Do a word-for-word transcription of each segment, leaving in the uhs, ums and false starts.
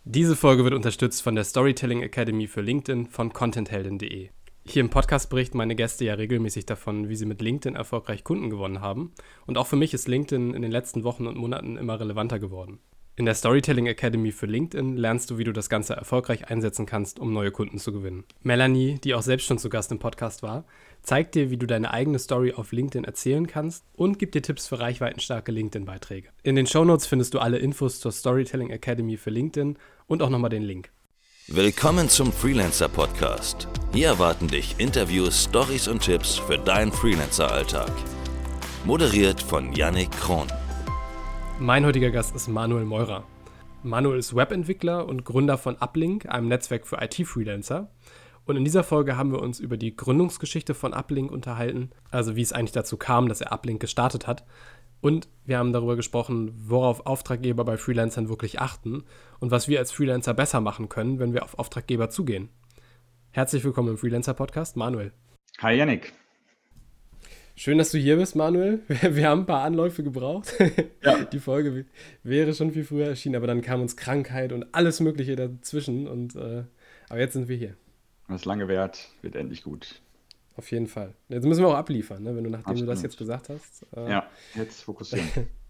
Diese Folge wird unterstützt von der Storytelling Academy für LinkedIn von contentheldin punkt de. Hier im Podcast berichten meine Gäste ja regelmäßig davon, wie sie mit LinkedIn erfolgreich Kunden gewonnen haben. Und auch für mich ist LinkedIn in den letzten Wochen und Monaten immer relevanter geworden. In der Storytelling Academy für LinkedIn lernst du, wie du das Ganze erfolgreich einsetzen kannst, um neue Kunden zu gewinnen. Melanie, die auch selbst schon zu Gast im Podcast war, zeigt dir, wie du deine eigene Story auf LinkedIn erzählen kannst und gibt dir Tipps für reichweitenstarke LinkedIn-Beiträge. In den Shownotes findest du alle Infos zur Storytelling Academy für LinkedIn und auch nochmal den Link. Willkommen zum Freelancer-Podcast. Hier erwarten dich Interviews, Storys und Tipps für deinen Freelancer-Alltag. Moderiert von Yannick Kron. Mein heutiger Gast ist Manuel Meurer. Manuel ist Webentwickler und Gründer von Uplink, einem Netzwerk für I T-Freelancer. Und in dieser Folge haben wir uns über die Gründungsgeschichte von Uplink unterhalten, also wie es eigentlich dazu kam, dass er Uplink gestartet hat. Und wir haben darüber gesprochen, worauf Auftraggeber bei Freelancern wirklich achten und was wir als Freelancer besser machen können, wenn wir auf Auftraggeber zugehen. Herzlich willkommen im Freelancer-Podcast, Manuel. Hi Yannick. Schön, dass du hier bist, Manuel. Wir haben ein paar Anläufe gebraucht. Ja. Die Folge wäre schon viel früher erschienen, aber dann kam uns Krankheit und alles Mögliche dazwischen. Und, äh, aber jetzt sind wir hier. Was lange währt, wird endlich gut. Auf jeden Fall. Jetzt müssen wir auch abliefern, ne? Wenn du, nachdem Absolut. du das jetzt gesagt hast. Äh, ja, jetzt fokussieren.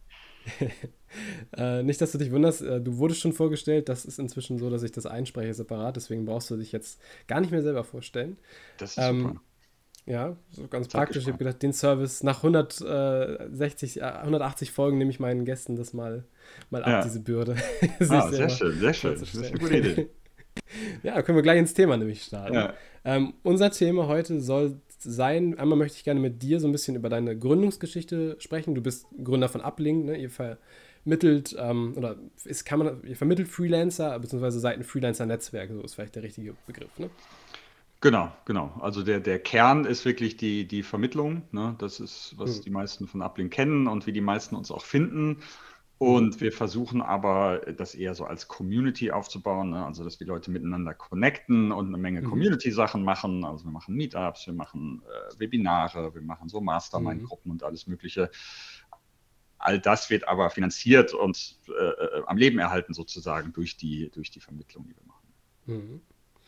äh, nicht, dass du dich wunderst, äh, du wurdest schon vorgestellt. Das ist inzwischen so, dass ich das einspreche separat. Deswegen brauchst du dich jetzt gar nicht mehr selber vorstellen. Das ist ähm, super. Ja, so ganz Sag praktisch. Ich habe gedacht, den Service nach hundertsechzig, hundertachtzig Folgen nehme ich meinen Gästen das mal, mal ab, ja. diese Bürde. Ah, sehr schön, sehr schön. Das ist eine gute Idee. Ja, da können wir gleich ins Thema nämlich starten. Ja. Ähm, unser Thema heute soll sein, einmal möchte ich gerne mit dir so ein bisschen über deine Gründungsgeschichte sprechen. Du bist Gründer von Uplink, ne? Ihr vermittelt, ähm, oder ist, kann man, ihr vermittelt Freelancer, beziehungsweise seid ein Freelancer-Netzwerk, so ist vielleicht der richtige Begriff, ne? Genau, genau. Also der, der Kern ist wirklich die, die Vermittlung. Ne? Das ist, was mhm. die meisten von Uplink kennen und wie die meisten uns auch finden. Und wir versuchen aber, das eher so als Community aufzubauen, ne? Also dass die Leute miteinander connecten und eine Menge mhm. Community-Sachen machen. Also wir machen Meetups, wir machen äh, Webinare, wir machen so Mastermind-Gruppen mhm. und alles Mögliche. All das wird aber finanziert und äh, am Leben erhalten sozusagen durch die, durch die Vermittlung, die wir machen. Mhm.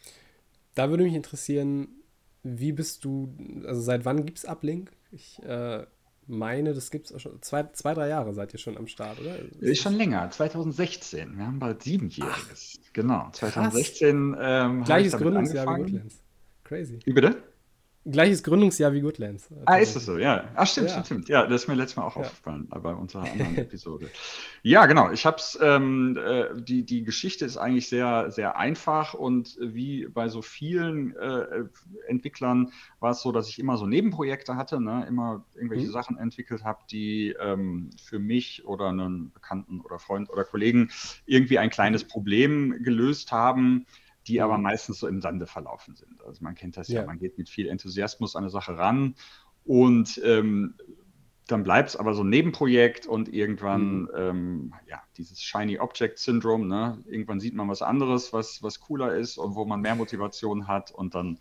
Da würde mich interessieren, wie bist du, also seit wann gibt es Uplink? Ich äh, meine, das gibt es auch schon, zwei, zwei, drei Jahre seid ihr schon am Start, oder? Ist, ist schon länger, zwanzig sechzehn. Wir haben bald siebenjähriges. Ach, genau, zwanzig sechzehn ähm, Gleiches Gründungsjahr wie Goodlands. Crazy. Wie bitte? Gleiches Gründungsjahr wie Goodlands. Ah, ist das so, ja. Ach, stimmt, ja. stimmt, stimmt. Ja, das ist mir letztes Mal auch ja. aufgefallen, bei unserer anderen Episode. Ja, genau. Ich hab's, ähm, äh, die, die Geschichte ist eigentlich sehr, sehr einfach und wie bei so vielen äh, Entwicklern war es so, dass ich immer so Nebenprojekte hatte, ne? Immer irgendwelche mhm. Sachen entwickelt habe, die ähm, für mich oder einen Bekannten oder Freund oder Kollegen irgendwie ein kleines Problem gelöst haben, die mhm. aber meistens so im Sande verlaufen sind. Also man kennt das ja, ja. man geht mit viel Enthusiasmus an eine Sache ran und ähm, dann bleibt es aber so ein Nebenprojekt und irgendwann, mhm. ähm, ja, dieses Shiny Object Syndrome, ne? Irgendwann sieht man was anderes, was, was cooler ist und wo man mehr Motivation hat und dann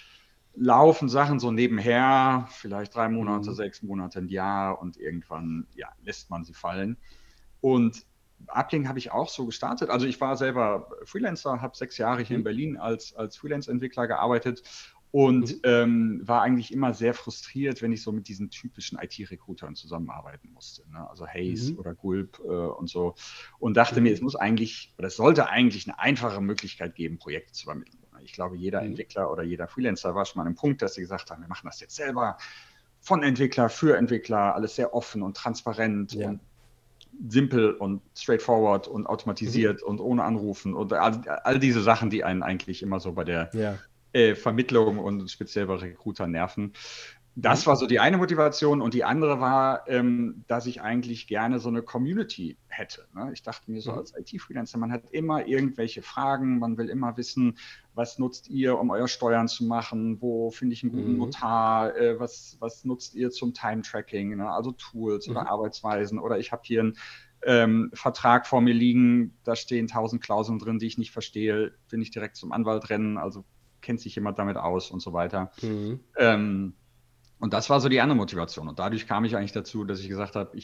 laufen Sachen so nebenher, vielleicht drei Monate, mhm. sechs Monate, ein Jahr und irgendwann, ja, lässt man sie fallen. Und Uplink habe ich auch so gestartet. Also ich war selber Freelancer, habe sechs Jahre hier mhm. in Berlin als, als Freelance-Entwickler gearbeitet und mhm. ähm, war eigentlich immer sehr frustriert, wenn ich so mit diesen typischen I T-Recruitern zusammenarbeiten musste. Ne? Also Hays mhm. oder Gulp äh, und so. Und dachte mhm. mir, es muss eigentlich, oder es sollte eigentlich eine einfache Möglichkeit geben, Projekte zu vermitteln. Ich glaube, jeder mhm. Entwickler oder jeder Freelancer war schon mal an einem Punkt, dass sie gesagt haben, wir machen das jetzt selber, von Entwickler für Entwickler, alles sehr offen und transparent ja. und simpel und straightforward und automatisiert mhm. und ohne Anrufen und all, all diese Sachen, die einen eigentlich immer so bei der ja. äh, Vermittlung und speziell bei Recruitern nerven. Das mhm. war so die eine Motivation und die andere war, ähm, dass ich eigentlich gerne so eine Community hätte. Ne? Ich dachte mir so mhm. als I T-Freelancer, man hat immer irgendwelche Fragen, man will immer wissen, was nutzt ihr, um eure Steuern zu machen, wo finde ich einen guten mhm. Notar, äh, was, was nutzt ihr zum Time-Tracking, ne? Also Tools mhm. oder Arbeitsweisen oder ich habe hier einen ähm, Vertrag vor mir liegen, da stehen tausend Klauseln drin, die ich nicht verstehe, will ich direkt zum Anwalt rennen, also kennt sich jemand damit aus und so weiter. Mhm. Ähm, Und das war so die andere Motivation. Und dadurch kam ich eigentlich dazu, dass ich gesagt habe, ich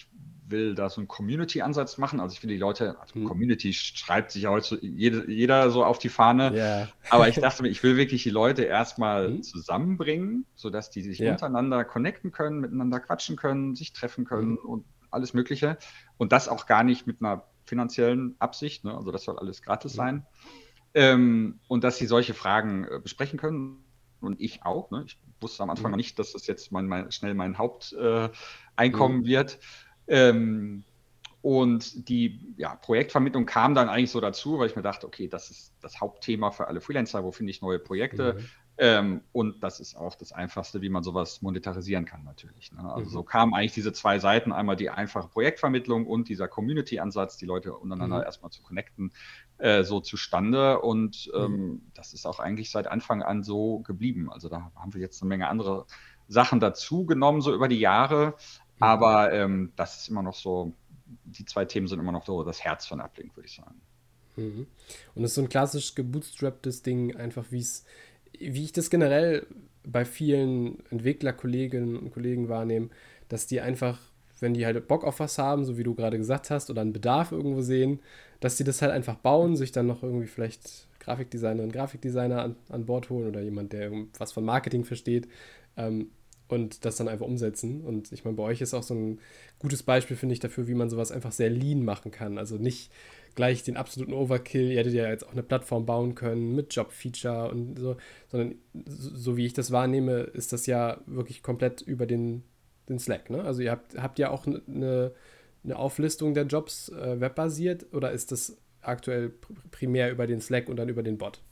will da so einen Community-Ansatz machen. Also ich will die Leute, also Mhm. Community schreibt sich ja heute so jede, jeder so auf die Fahne. Ja. Aber ich dachte mir, ich will wirklich die Leute erstmal Mhm. zusammenbringen, sodass die sich Ja. untereinander connecten können, miteinander quatschen können, sich treffen können Mhm. und alles Mögliche. Und das auch gar nicht mit einer finanziellen Absicht, ne? Also das soll alles gratis Mhm. sein. Ähm, und dass sie solche Fragen äh, besprechen können. Und ich auch. Ne? Ich wusste am Anfang Mhm. noch nicht, dass das jetzt mein, mein, schnell mein Haupteinkommen Mhm. äh, wird. Ähm, und die ja, Projektvermittlung kam dann eigentlich so dazu, weil ich mir dachte, okay, das ist das Hauptthema für alle Freelancer, wo finde ich neue Projekte? Mhm. Ähm, und das ist auch das Einfachste, wie man sowas monetarisieren kann natürlich. Ne? Also so Mhm. kamen eigentlich diese zwei Seiten, einmal die einfache Projektvermittlung und dieser Community-Ansatz, die Leute untereinander Mhm. erstmal zu connecten, äh, so zustande. Und Mhm. ähm, das ist auch eigentlich seit Anfang an so geblieben. Also da haben wir jetzt eine Menge andere Sachen dazu genommen, so über die Jahre. Mhm. Aber ähm, das ist immer noch so, die zwei Themen sind immer noch so das Herz von Uplink, würde ich sagen. Mhm. Und das ist so ein klassisch gebootstrapptes Ding, einfach wie es, wie ich das generell bei vielen Entwicklerkolleginnen und Kollegen wahrnehme, dass die einfach, wenn die halt Bock auf was haben, so wie du gerade gesagt hast, oder einen Bedarf irgendwo sehen, dass die das halt einfach bauen, sich dann noch irgendwie vielleicht Grafikdesignerin, Grafikdesigner an, an Bord holen oder jemand, der was von Marketing versteht, ähm, und das dann einfach umsetzen. Und ich meine, bei euch ist auch so ein gutes Beispiel, finde ich, dafür, wie man sowas einfach sehr lean machen kann. Also nicht gleich den absoluten Overkill. Ihr hättet ja jetzt auch eine Plattform bauen können mit Job-Feature und so, sondern so, so wie ich das wahrnehme, ist das ja wirklich komplett über den, den Slack. Ne? Also ihr habt, habt ja auch eine, eine Auflistung der Jobs äh, webbasiert oder ist das aktuell pr- primär über den Slack und dann über den Bot?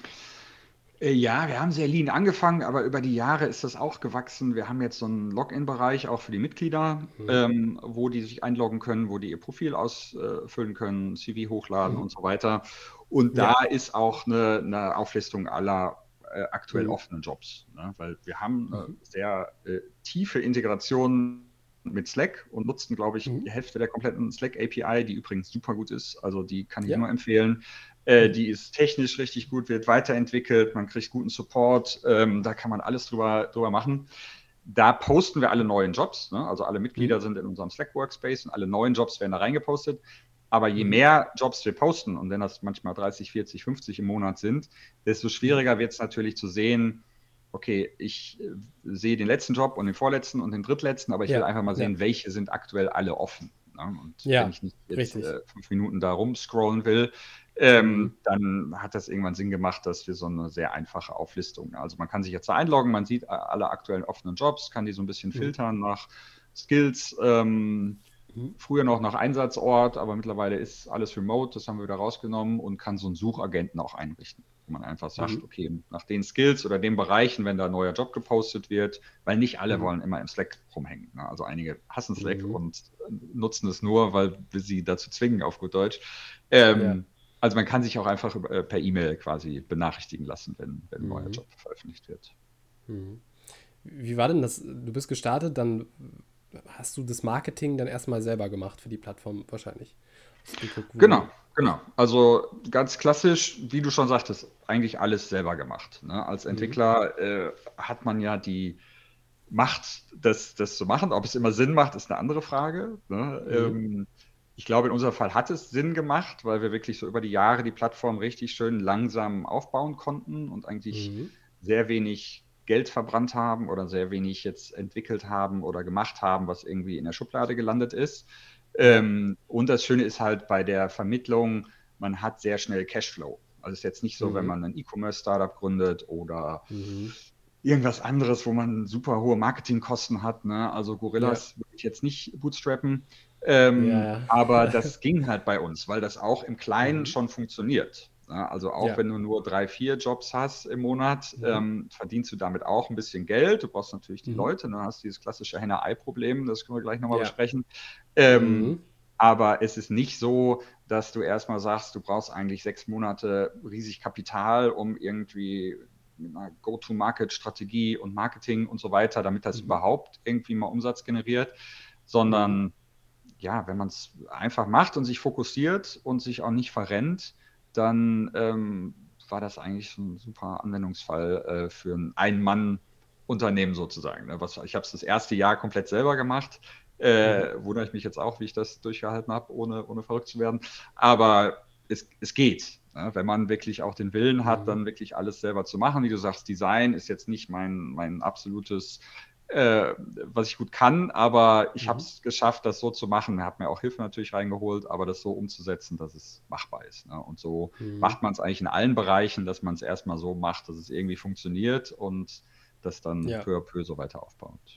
Äh, Ja, wir haben sehr lean angefangen, aber über die Jahre ist das auch gewachsen. Wir haben jetzt so einen Login-Bereich auch für die Mitglieder, Mhm. ähm, wo die sich einloggen können, wo die ihr Profil ausfüllen können, C V hochladen Mhm. und so weiter. Und Ja. da ist auch eine, eine Auflistung aller äh, aktuell Mhm. offenen Jobs, ne? Weil wir haben eine Mhm. sehr äh, tiefe Integration mit Slack und nutzen, glaube ich, Mhm. die Hälfte der kompletten Slack-A P I, die übrigens super gut ist. Also die kann ich Ja. nur empfehlen. Äh, Mhm. die ist technisch richtig gut, wird weiterentwickelt, man kriegt guten Support, ähm, da kann man alles drüber, drüber machen. Da posten wir alle neuen Jobs, ne? Also alle Mitglieder Mhm. sind in unserem Slack-Workspace und alle neuen Jobs werden da reingepostet. Aber je Mhm. mehr Jobs wir posten, und wenn das manchmal dreißig, vierzig, fünfzig im Monat sind, desto Mhm. schwieriger wird es natürlich zu sehen, okay, ich äh, sehe den letzten Job und den vorletzten und den drittletzten, aber ich will Ja. einfach mal Ja. sehen, welche sind aktuell alle offen. Ne? Und wenn Ja. ich nicht jetzt Richtig. äh, fünf Minuten da rumscrollen will, Mhm. ähm, dann hat das irgendwann Sinn gemacht, dass wir so eine sehr einfache Auflistung, also man kann sich jetzt da einloggen, man sieht alle aktuellen offenen Jobs, kann die so ein bisschen Mhm. filtern nach Skills, ähm, Mhm. früher noch nach Einsatzort, aber mittlerweile ist alles remote, das haben wir wieder rausgenommen und kann so einen Suchagenten auch einrichten, wo man einfach sagt, Mhm. okay, nach den Skills oder den Bereichen, wenn da ein neuer Job gepostet wird, weil nicht alle Mhm. wollen immer im Slack rumhängen. Ne? Also einige hassen Slack Mhm. und nutzen es nur, weil wir sie dazu zwingen, auf gut Deutsch. Ja. Ähm, also man kann sich auch einfach äh, per E-Mail quasi benachrichtigen lassen, wenn, wenn ein neuer Mhm. Job veröffentlicht wird. Mhm. Wie war denn das? Du bist gestartet, dann hast du das Marketing dann erstmal selber gemacht für die Plattform wahrscheinlich. Hast geguckt, Genau, wo. genau. Also ganz klassisch, wie du schon sagtest, eigentlich alles selber gemacht. Ne? Als Mhm. Entwickler äh, hat man ja die Macht, das, das zu machen. Ob es immer Sinn macht, ist eine andere Frage. Ne? Mhm. Ähm, ich glaube, in unserem Fall hat es Sinn gemacht, weil wir wirklich so über die Jahre die Plattform richtig schön langsam aufbauen konnten und eigentlich Mhm. sehr wenig Geld verbrannt haben oder sehr wenig jetzt entwickelt haben oder gemacht haben, was irgendwie in der Schublade gelandet ist. Ja. Ähm, und das Schöne ist halt bei der Vermittlung, man hat sehr schnell Cashflow. Also es ist jetzt nicht so, wenn Mhm. man ein E-Commerce-Startup gründet oder Mhm. irgendwas anderes, wo man super hohe Marketingkosten hat. Ne? Also Ja. Gorillas würde ich jetzt nicht bootstrappen. Ja, Ähm, ja. aber das ging halt bei uns, weil das auch im Kleinen Mhm. schon funktioniert. Ja, also auch Ja. wenn du nur drei, vier Jobs hast im Monat, Mhm. ähm, verdienst du damit auch ein bisschen Geld. Du brauchst natürlich die Mhm. Leute, dann hast du dieses klassische Henne-Ei-Problem, das können wir gleich nochmal Ja. besprechen. Ähm, Mhm. aber es ist nicht so, dass du erstmal sagst, du brauchst eigentlich sechs Monate riesig Kapital, um irgendwie mit einer Go-to-Market-Strategie und Marketing und so weiter, damit das Mhm. überhaupt irgendwie mal Umsatz generiert, Mhm. sondern ja, wenn man es einfach macht und sich fokussiert und sich auch nicht verrennt, dann ähm, war das eigentlich ein super Anwendungsfall äh, für ein Ein-Mann-Unternehmen sozusagen. Ne? Was, ich habe es das erste Jahr komplett selber gemacht. Äh, mhm. Wundere ich mich jetzt auch, wie ich das durchgehalten habe, ohne, ohne verrückt zu werden. Aber es, es geht. Ja, wenn man wirklich auch den Willen hat, mhm. dann wirklich alles selber zu machen. Wie du sagst, Design ist jetzt nicht mein, mein absolutes, äh, was ich gut kann, aber ich mhm. habe es geschafft, das so zu machen. Er hat mir auch Hilfe natürlich reingeholt, aber das so umzusetzen, dass es machbar ist. Ne? Und so mhm. macht man es eigentlich in allen Bereichen, dass man es erstmal so macht, dass es irgendwie funktioniert und das dann ja. peu à peu so weiter aufbaut.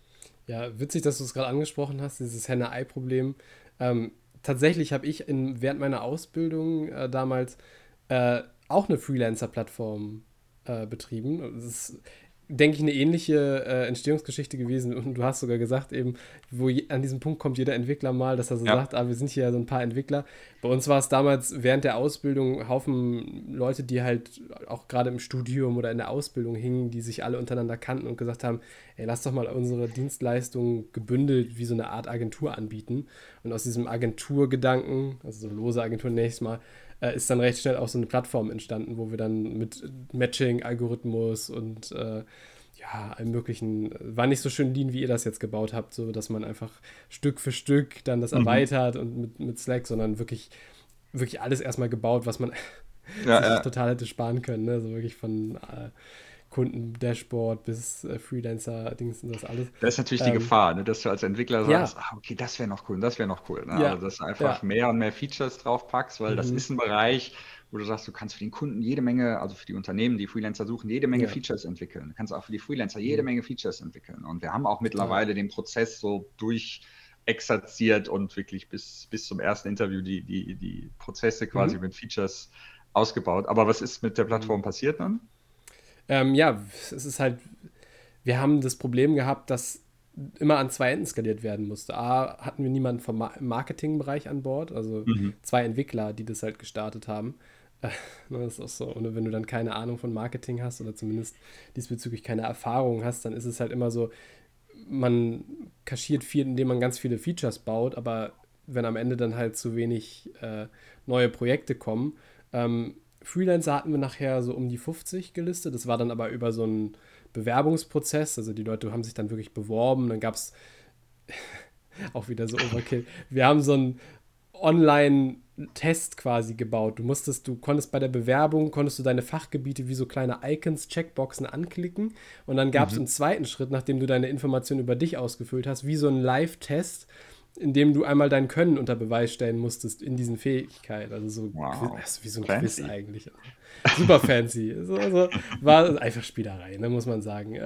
Ja, witzig, dass du es gerade angesprochen hast, dieses Henne-Ei-Problem. Ähm, tatsächlich habe ich in, während meiner Ausbildung äh, damals äh, auch eine Freelancer-Plattform äh, betrieben. Das ist, denke ich, eine ähnliche äh, Entstehungsgeschichte gewesen. Und du hast sogar gesagt, eben, wo je, an diesem Punkt kommt jeder Entwickler mal, dass er so ja. sagt, ah, wir sind hier ja so ein paar Entwickler. Bei uns war es damals während der Ausbildung ein Haufen Leute, die halt auch gerade im Studium oder in der Ausbildung hingen, die sich alle untereinander kannten und gesagt haben, ey, lass doch mal unsere Dienstleistung gebündelt wie so eine Art Agentur anbieten. Und aus diesem Agenturgedanken, also so lose Agentur nächstes Mal, äh, ist dann recht schnell auch so eine Plattform entstanden, wo wir dann mit Matching-Algorithmus und äh, ja, allem möglichen, war nicht so schön lean, wie ihr das jetzt gebaut habt, so dass man einfach Stück für Stück dann das mhm. erweitert und mit, mit Slack, sondern wirklich, wirklich alles erstmal gebaut, was man ja, sich ja. total hätte sparen können, ne? Also wirklich von äh, Kunden-Dashboard bis äh, Freelancer-Dings und das alles. Das ist natürlich ähm, die Gefahr, ne, dass du als Entwickler sagst, ja. ah, okay, das wäre noch cool, das wäre noch cool. Ne? Ja. Also, dass du einfach ja. mehr und mehr Features draufpackst, weil mhm. das ist ein Bereich, wo du sagst, du kannst für den Kunden jede Menge, also für die Unternehmen, die Freelancer suchen, jede Menge ja. Features entwickeln. Du kannst auch für die Freelancer jede mhm. Menge Features entwickeln. Und wir haben auch mittlerweile ja. den Prozess so durchexerziert und wirklich bis, bis zum ersten Interview die, die, die Prozesse quasi mhm. mit Features ausgebaut. Aber was ist mit der Plattform passiert dann? Ähm, ja, es ist halt, wir haben das Problem gehabt, dass immer an zwei Enden skaliert werden musste. A, hatten wir niemanden vom Ma- Marketingbereich an Bord, also mhm. zwei Entwickler, die das halt gestartet haben. Äh, das ist auch so, und wenn du dann keine Ahnung von Marketing hast oder zumindest diesbezüglich keine Erfahrung hast, dann ist es halt immer so, man kaschiert viel, indem man ganz viele Features baut, aber wenn am Ende dann halt zu wenig äh, neue Projekte kommen, ähm, Freelancer hatten wir nachher so um die fünfzig gelistet. Das war dann aber über so einen Bewerbungsprozess. Also die Leute haben sich dann wirklich beworben. Dann gab es auch wieder so Overkill. Wir haben so einen Online-Test quasi gebaut. Du musstest, du konntest bei der Bewerbung, konntest du deine Fachgebiete wie so kleine Icons, Checkboxen anklicken. Und dann gab es mhm. im zweiten Schritt, nachdem du deine Informationen über dich ausgefüllt hast, wie so einen Live-Test, in dem du einmal dein Können unter Beweis stellen musstest in diesen Fähigkeiten. Also so wow. also wie so ein fancy. Quiz eigentlich. Super fancy. Also, also war einfach Spielerei, ne, muss man sagen.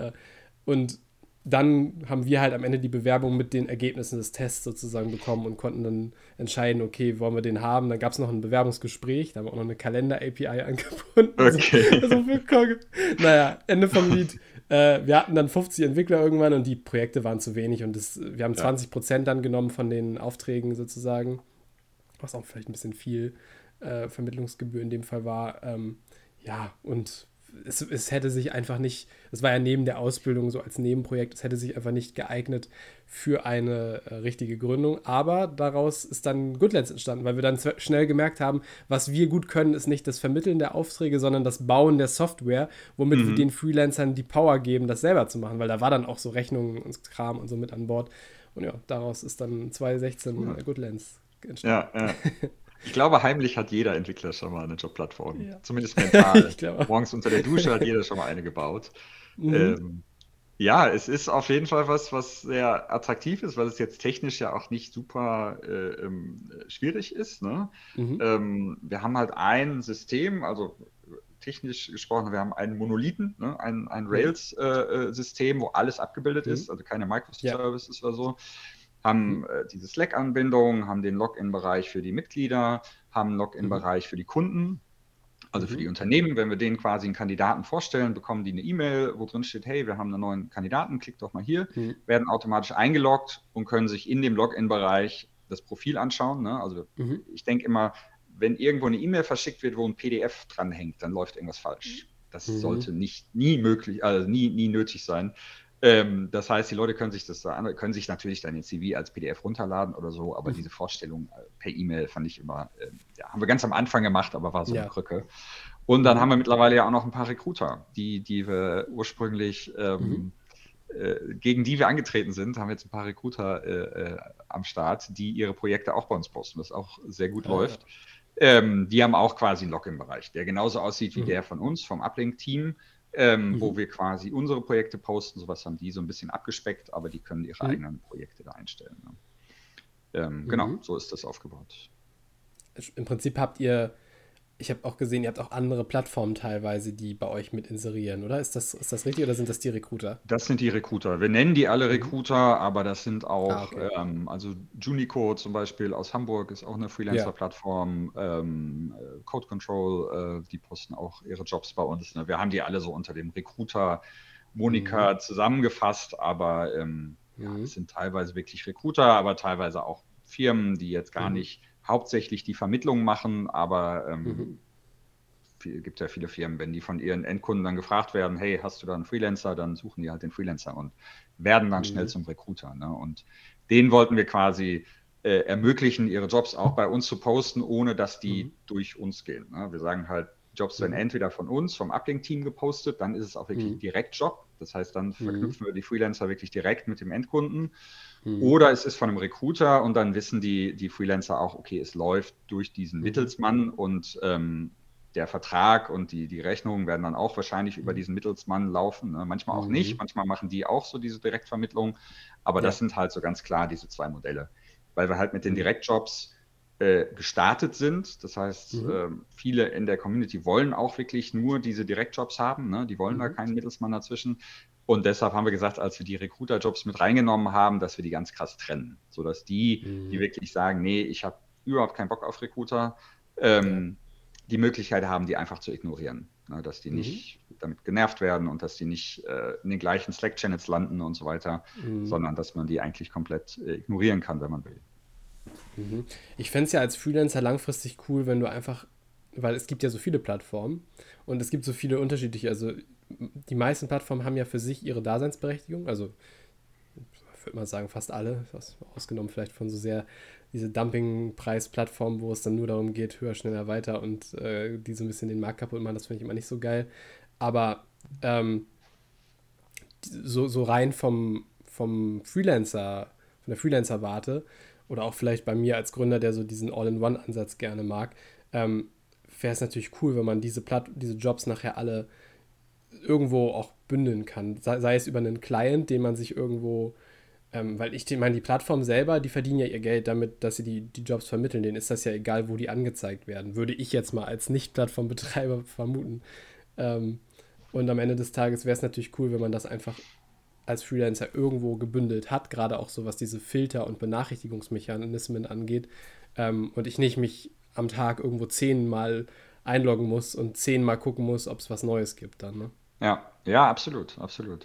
Und dann haben wir halt am Ende die Bewerbung mit den Ergebnissen des Tests sozusagen bekommen und konnten dann entscheiden, okay, wollen wir den haben? Dann gab es noch ein Bewerbungsgespräch, da haben wir auch noch eine Kalender-A P I angebunden. Okay. Also, also naja, Ende vom Lied. Äh, wir hatten dann fünfzig Entwickler irgendwann und die Projekte waren zu wenig und das, wir haben zwanzig Prozent dann genommen von den Aufträgen sozusagen, was auch vielleicht ein bisschen viel äh, Vermittlungsgebühr in dem Fall war. Ähm, ja, und es, es hätte sich einfach nicht, es war ja neben der Ausbildung so als Nebenprojekt, es hätte sich einfach nicht geeignet für eine äh, richtige Gründung, aber daraus ist dann Goodlands entstanden, weil wir dann z- schnell gemerkt haben, was wir gut können, ist nicht das Vermitteln der Aufträge, sondern das Bauen der Software, womit mhm. wir den Freelancern die Power geben, das selber zu machen, weil da war dann auch so Rechnungen und Kram und so mit an Bord und ja, daraus ist dann zwanzig sechzehn ja. Goodlands entstanden. Ja, ja. Ich glaube, heimlich hat jeder Entwickler schon mal eine Jobplattform. Ja. Zumindest mental. Morgens unter der Dusche hat jeder schon mal eine gebaut. Mhm. Ähm, ja, es ist auf jeden Fall was, was sehr attraktiv ist, weil es jetzt technisch ja auch nicht super äh, ähm, schwierig ist. Ne? Mhm. Ähm, wir haben halt ein System, also technisch gesprochen, wir haben einen Monolithen, ne? ein, ein Rails-System, äh, wo alles abgebildet mhm. ist, also keine Microservices ja. oder so. Haben äh, diese Slack-Anbindung, haben den Login-Bereich für die Mitglieder, haben einen Login-Bereich mhm. für die Kunden, also mhm. für die Unternehmen. Wenn wir denen quasi einen Kandidaten vorstellen, bekommen die eine E-Mail, wo drin steht, hey, wir haben einen neuen Kandidaten, klickt doch mal hier, mhm. werden automatisch eingeloggt und können sich in dem Login-Bereich das Profil anschauen. Ne? Also mhm. ich denke immer, wenn irgendwo eine E-Mail verschickt wird, wo ein P D F dranhängt, dann läuft irgendwas falsch. Das mhm. sollte nicht, nie möglich, also nie, nie nötig sein. Ähm, das heißt, die Leute können sich das da, können sich natürlich dann den C V als P D F runterladen oder so, aber mhm. diese Vorstellung per E-Mail fand ich immer, äh, ja, haben wir ganz am Anfang gemacht, aber war so ja. eine Krücke. Und dann mhm. haben wir mittlerweile ja auch noch ein paar Recruiter, die, die wir ursprünglich ähm, mhm. äh, gegen die wir angetreten sind, haben wir jetzt ein paar Recruiter äh, äh, am Start, die ihre Projekte auch bei uns posten, was auch sehr gut ah, läuft. Ja. Ähm, die haben auch quasi einen Login-Bereich, der genauso aussieht wie mhm. der von uns, vom Uplink-Team, ähm, mhm. wo wir quasi unsere Projekte posten. Sowas haben die so ein bisschen abgespeckt, aber die können ihre mhm. eigenen Projekte da einstellen. Ne? Ähm, mhm. Genau, so ist das aufgebaut. Im Prinzip habt ihr, ich habe auch gesehen, ihr habt auch andere Plattformen teilweise, die bei euch mit inserieren, oder? Ist das, ist das richtig oder sind das die Recruiter? Das sind die Recruiter. Wir nennen die alle Recruiter, mhm. aber das sind auch, ah, okay. ähm, also Junico zum Beispiel aus Hamburg ist auch eine Freelancer-Plattform, ja. ähm, Code Control, äh, die posten auch ihre Jobs bei uns. Ne? Wir haben die alle so unter dem Recruiter Monika mhm. zusammengefasst, aber ähm, mhm. ja, es sind teilweise wirklich Recruiter, aber teilweise auch Firmen, die jetzt gar mhm. nicht hauptsächlich die Vermittlung machen, aber ähm, mhm. Es gibt ja viele Firmen, wenn die von ihren Endkunden dann gefragt werden, hey, hast du da einen Freelancer, dann suchen die halt den Freelancer und werden dann mhm. schnell zum Recruiter. Ne? Und denen wollten wir quasi äh, ermöglichen, ihre Jobs auch bei uns zu posten, ohne dass die mhm. durch uns gehen. Ne? Wir sagen halt, Jobs mhm. werden entweder von uns, vom Uplink-Team gepostet, dann ist es auch wirklich mhm. ein Direktjob. Das heißt, dann verknüpfen mhm. wir die Freelancer wirklich direkt mit dem Endkunden. Mhm. Oder es ist von einem Recruiter und dann wissen die, die Freelancer auch, okay, es läuft durch diesen mhm. Mittelsmann und ähm, der Vertrag und die, die Rechnungen werden dann auch wahrscheinlich über diesen Mittelsmann laufen. Ne? Manchmal auch mhm. nicht, manchmal machen die auch so diese Direktvermittlung. Aber ja. das sind halt so ganz klar diese zwei Modelle. Weil wir halt mit den Direktjobs äh, gestartet sind. Das heißt, mhm. äh, viele in der Community wollen auch wirklich nur diese Direktjobs haben. Ne? Die wollen mhm. da keinen Mittelsmann dazwischen. Und deshalb haben wir gesagt, als wir die Recruiter-Jobs mit reingenommen haben, dass wir die ganz krass trennen. Sodass die, mhm. die wirklich sagen, nee, ich habe überhaupt keinen Bock auf Recruiter, ähm, ja. die Möglichkeit haben, die einfach zu ignorieren. Ne, dass die mhm. nicht damit genervt werden und dass die nicht äh, in den gleichen Slack-Channels landen und so weiter, mhm. sondern dass man die eigentlich komplett äh, ignorieren kann, wenn man will. Mhm. Ich fände es ja als Freelancer langfristig cool, wenn du einfach, weil es gibt ja so viele Plattformen und es gibt so viele unterschiedliche, also die meisten Plattformen haben ja für sich ihre Daseinsberechtigung, also ich würde mal sagen fast alle, ausgenommen vielleicht von so sehr diese Dumpingpreis-Plattformen, wo es dann nur darum geht, höher, schneller, weiter und äh, die so ein bisschen den Markt kaputt machen, das finde ich immer nicht so geil. Aber ähm, so, so rein vom, vom Freelancer, von der Freelancer-Warte oder auch vielleicht bei mir als Gründer, der so diesen All-in-One-Ansatz gerne mag, ähm, wäre es natürlich cool, wenn man diese, Platt- diese Jobs nachher alle irgendwo auch bündeln kann. Sei, sei es über einen Client, den man sich irgendwo Ähm, weil ich meine, die Plattform selber, die verdienen ja ihr Geld damit, dass sie die, die Jobs vermitteln. Denen ist das ja egal, wo die angezeigt werden. Würde ich jetzt mal als Nicht-Plattformbetreiber vermuten. Ähm, und am Ende des Tages wäre es natürlich cool, wenn man das einfach als Freelancer irgendwo gebündelt hat, gerade auch so, was diese Filter- und Benachrichtigungsmechanismen angeht. Ähm, und ich nicht mich am Tag irgendwo zehnmal einloggen muss und zehnmal gucken muss, ob es was Neues gibt dann, ne? Ja, ja, absolut, absolut.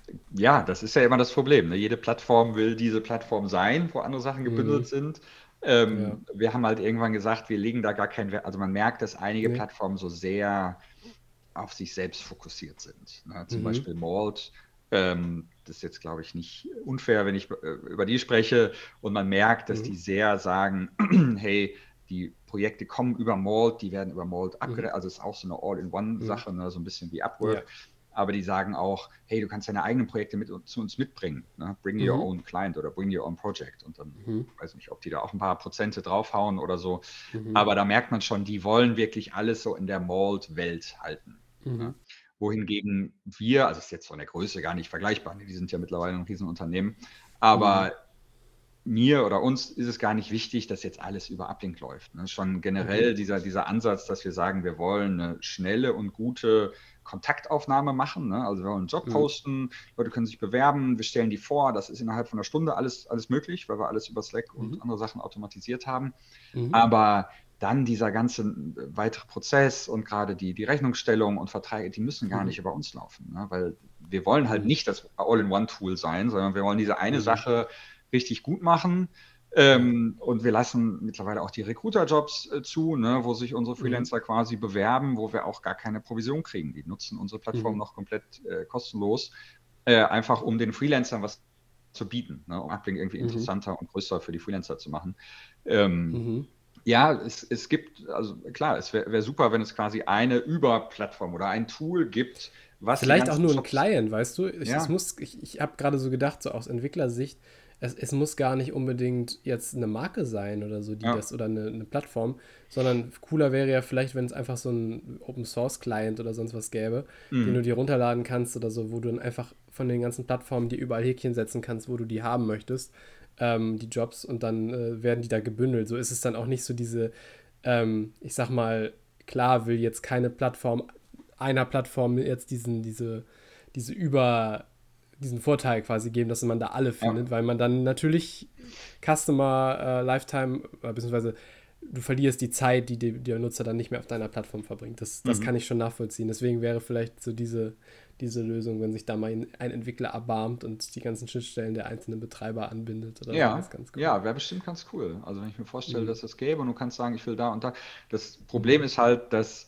Ja, das ist ja immer das Problem. Ne? Jede Plattform will diese Plattform sein, wo andere Sachen gebündelt mhm. sind. Ähm, ja. Wir haben halt irgendwann gesagt, wir legen da gar keinen Wert. Also man merkt, dass einige nee. Plattformen so sehr auf sich selbst fokussiert sind. Ne? Zum mhm. Beispiel Malt. Ähm, das ist jetzt, glaube ich, nicht unfair, wenn ich äh, über die spreche. Und man merkt, dass mhm. die sehr sagen, hey, die Projekte kommen über Malt, die werden über Malt abgerechnet. Mhm. Also es ist auch so eine All-in-One-Sache, mhm. ne? So ein bisschen wie Upwork. Ja. Aber die sagen auch, hey, du kannst deine eigenen Projekte mit zu uns mitbringen. Ne? Bring mhm. your own client oder bring your own project. Und dann mhm. weiß nicht, ob die da auch ein paar Prozente draufhauen oder so. Mhm. Aber da merkt man schon, die wollen wirklich alles so in der Malt-Welt halten. Mhm. Ne? Wohingegen wir, also ist jetzt von der Größe gar nicht vergleichbar, die sind ja mittlerweile ein Riesenunternehmen, aber mhm. mir oder uns ist es gar nicht wichtig, dass jetzt alles über Uplink läuft. Ne? Schon generell mhm. dieser, dieser Ansatz, dass wir sagen, wir wollen eine schnelle und gute Kontaktaufnahme machen. Ne? Also wir wollen einen Job mhm. posten, Leute können sich bewerben, wir stellen die vor, das ist innerhalb von einer Stunde alles, alles möglich, weil wir alles über Slack mhm. und andere Sachen automatisiert haben. Mhm. Aber dann dieser ganze weitere Prozess und gerade die, die Rechnungsstellung und Verträge, die müssen gar mhm. nicht über uns laufen. Ne? Weil wir wollen halt mhm. nicht das All-in-One-Tool sein, sondern wir wollen diese eine mhm. Sache richtig gut machen. Ähm, ja. Und wir lassen mittlerweile auch die Recruiter-Jobs äh, zu, ne, wo sich unsere Freelancer mhm. quasi bewerben, wo wir auch gar keine Provision kriegen. Die nutzen unsere Plattform mhm. noch komplett äh, kostenlos, äh, einfach um den Freelancern was zu bieten, ne, um Uplink irgendwie mhm. interessanter und größer für die Freelancer zu machen. Ähm, mhm. Ja, es, es gibt, also klar, es wäre wär super, wenn es quasi eine Überplattform oder ein Tool gibt, was die Vielleicht auch ganzen nur ein Jobs. Client, weißt du? Ich, es Ja, muss, ich, ich habe gerade so gedacht, so aus Entwicklersicht, es, es muss gar nicht unbedingt jetzt eine Marke sein oder so, die ja. das oder eine, eine Plattform, sondern cooler wäre ja vielleicht, wenn es einfach so ein Open Source Client oder sonst was gäbe, den du Mhm. dir runterladen kannst oder so, wo du dann einfach von den ganzen Plattformen dir überall Häkchen setzen kannst, wo du die haben möchtest, ähm, die Jobs und dann äh, werden die da gebündelt. So ist es dann auch nicht so diese, ähm, ich sag mal, klar will jetzt keine Plattform einer Plattform jetzt diesen, diese, diese über, diesen Vorteil quasi geben, dass man da alle Ja. findet, weil man dann natürlich Customer äh, Lifetime, äh, beziehungsweise du verlierst die Zeit, die die der Nutzer dann nicht mehr auf deiner Plattform verbringt. Das, das kann Mhm. ich schon nachvollziehen. Deswegen wäre vielleicht so diese, diese Lösung, wenn sich da mal ein, ein Entwickler erbarmt und die ganzen Schnittstellen der einzelnen Betreiber anbindet oder sowas, Ja, ganz cool. ja, wäre bestimmt ganz cool. Also wenn ich mir vorstelle, Mhm. dass es gäbe und du kannst sagen, ich will da und da. Das Problem Mhm. ist halt, dass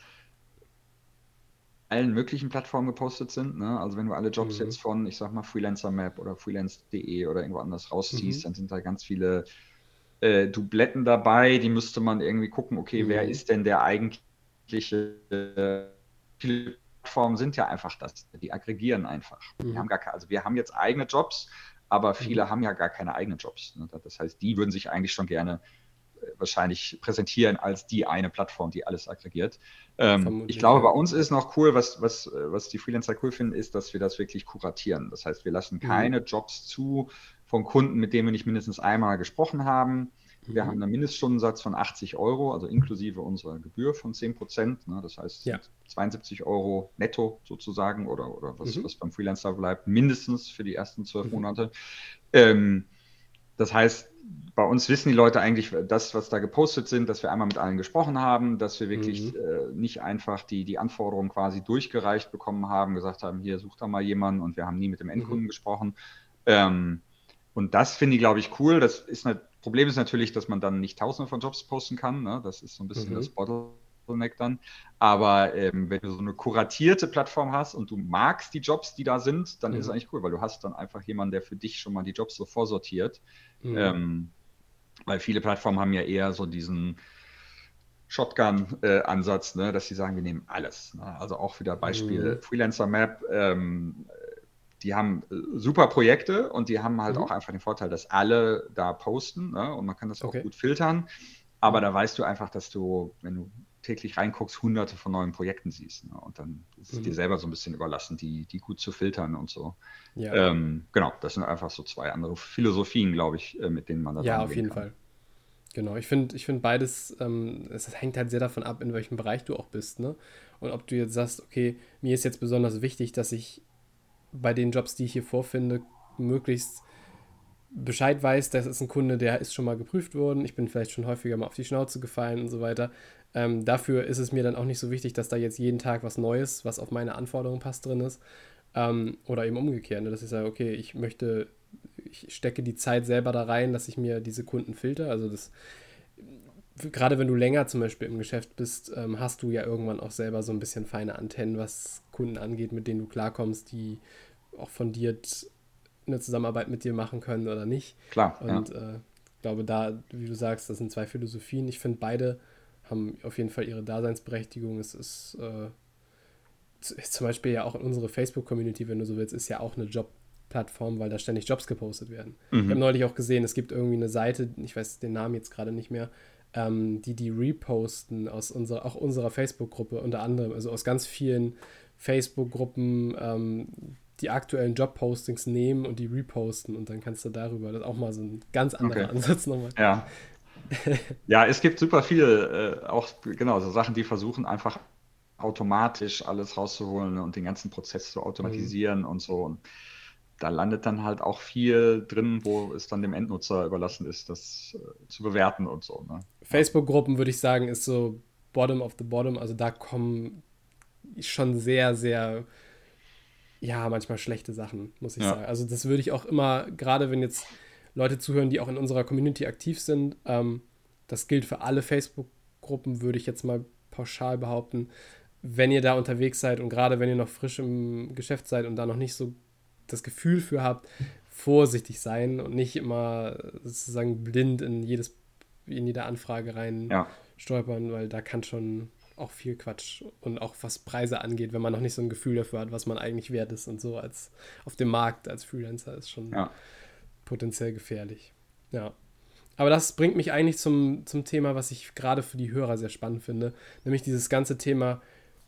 allen möglichen Plattformen gepostet sind. Ne? Also wenn du alle Jobs Mhm. jetzt von, ich sag mal, Freelancer Map oder freelance punkt de oder irgendwo anders Mhm. rausziehst, dann sind da ganz viele äh, Dubletten dabei. Die müsste man irgendwie gucken, okay, wer Mhm. ist denn der eigentliche? Äh, viele Plattformen sind ja einfach das. Die aggregieren einfach. Die Mhm. haben gar keine, also wir haben jetzt eigene Jobs, aber Mhm. viele haben ja gar keine eigenen Jobs. Ne? Das heißt, die würden sich eigentlich schon gerne wahrscheinlich präsentieren als die eine Plattform, die alles aggregiert. Ähm, ich Vermutlich, glaube, bei ja. uns ist noch cool, was, was, was die Freelancer cool finden, ist, dass wir das wirklich kuratieren. Das heißt, wir lassen Mhm. keine Jobs zu von Kunden, mit denen wir nicht mindestens einmal gesprochen haben. Wir Mhm. haben einen Mindeststundensatz von achtzig Euro, also inklusive unserer Gebühr von zehn Prozent. Ne? Das heißt, es Ja. sind zweiundsiebzig Euro netto sozusagen oder, oder was, Mhm. was beim Freelancer bleibt, mindestens für die ersten zwölf Mhm. Monate. Ähm, das heißt, bei uns wissen die Leute eigentlich, das, was da gepostet sind, dass wir einmal mit allen gesprochen haben, dass wir Mhm. wirklich äh, nicht einfach die, die Anforderungen quasi durchgereicht bekommen haben, gesagt haben, hier sucht da mal jemanden und wir haben nie mit dem Mhm. Endkunden gesprochen. Ähm, und das finde ich, glaube ich, cool. Das ist eine, Problem ist natürlich, dass man dann nicht tausende von Jobs posten kann. Ne? Das ist so ein bisschen das Mhm. Bottleneck dann. Aber ähm, wenn du so eine kuratierte Plattform hast und du magst die Jobs, die da sind, dann ist es Mhm. eigentlich cool, weil du hast dann einfach jemanden, der für dich schon mal die Jobs so vorsortiert. Mhm. Ähm, weil viele Plattformen haben ja eher so diesen Shotgun-Ansatz, ne, dass sie sagen, wir nehmen alles. Ne? Also auch wieder Beispiel Mhm. Freelancer Map. Ähm, die haben äh, super Projekte und die haben halt Mhm. auch einfach den Vorteil, dass alle da posten, ne? Und man kann das auch Okay. gut filtern. Aber Mhm. da weißt du einfach, dass du, wenn du täglich reinguckst, hunderte von neuen Projekten siehst. Ne? Und dann ist es dir Mhm. selber so ein bisschen überlassen, die, die gut zu filtern und so. Ja. Ähm, genau, das sind einfach so zwei andere Philosophien, glaube ich, äh, mit denen man da Ja, dran auf gehen jeden kann. Fall. Genau. Ich finde, ich finde beides, ähm, es hängt halt sehr davon ab, in welchem Bereich du auch bist, ne? Und ob du jetzt sagst, okay, mir ist jetzt besonders wichtig, dass ich bei den Jobs, die ich hier vorfinde, möglichst Bescheid weiß, das ist ein Kunde, der ist schon mal geprüft worden, ich bin vielleicht schon häufiger mal auf die Schnauze gefallen und so weiter. Ähm, dafür ist es mir dann auch nicht so wichtig, dass da jetzt jeden Tag was Neues, was auf meine Anforderungen passt, drin ist. Ähm, oder eben umgekehrt, ne? Dass ich sage, okay, ich möchte, ich stecke die Zeit selber da rein, dass ich mir diese Kunden filter. Also das, gerade wenn du länger zum Beispiel im Geschäft bist, ähm, hast du ja irgendwann auch selber so ein bisschen feine Antennen, was Kunden angeht, mit denen du klarkommst, die auch fundiert eine Zusammenarbeit mit dir machen können oder nicht. Klar, Und ja. äh, ich glaube, da, wie du sagst, das sind zwei Philosophien. Ich finde, beide haben auf jeden Fall ihre Daseinsberechtigung. Es ist, äh, ist zum Beispiel ja auch in unsere Facebook-Community, wenn du so willst, ist ja auch eine Job-Plattform, weil da ständig Jobs gepostet werden. Ich habe Mhm. neulich auch gesehen, es gibt irgendwie eine Seite, ich weiß den Namen jetzt gerade nicht mehr, ähm, die die reposten aus unserer, auch unserer Facebook-Gruppe unter anderem, also aus ganz vielen Facebook-Gruppen ähm, die aktuellen Job-Postings nehmen und die reposten und dann kannst du darüber, das ist auch mal so ein ganz anderer Okay. Ansatz nochmal. Ja. Ja, es gibt super viele, äh, auch genau, so Sachen, die versuchen einfach automatisch alles rauszuholen und den ganzen Prozess zu Mhm. automatisieren und so. Und da landet dann halt auch viel drin, wo es dann dem Endnutzer überlassen ist, das äh, zu bewerten und so. Ne? Ja. Facebook-Gruppen würde ich sagen, ist so bottom of the bottom, also da kommen schon sehr, sehr, ja, manchmal schlechte Sachen, muss ich sagen. Ja. Also das würde ich auch immer, gerade wenn jetzt Leute zuhören, die auch in unserer Community aktiv sind, ähm, das gilt für alle Facebook-Gruppen, würde ich jetzt mal pauschal behaupten. Wenn ihr da unterwegs seid und gerade wenn ihr noch frisch im Geschäft seid und da noch nicht so das Gefühl für habt, vorsichtig sein und nicht immer sozusagen blind in jedes in jede Anfrage rein Ja. stolpern, weil da kann schon auch viel Quatsch und auch was Preise angeht, wenn man noch nicht so ein Gefühl dafür hat, was man eigentlich wert ist und so als auf dem Markt als Freelancer ist schon Ja. potenziell gefährlich. Ja. Aber das bringt mich eigentlich zum, zum Thema, was ich gerade für die Hörer sehr spannend finde, nämlich dieses ganze Thema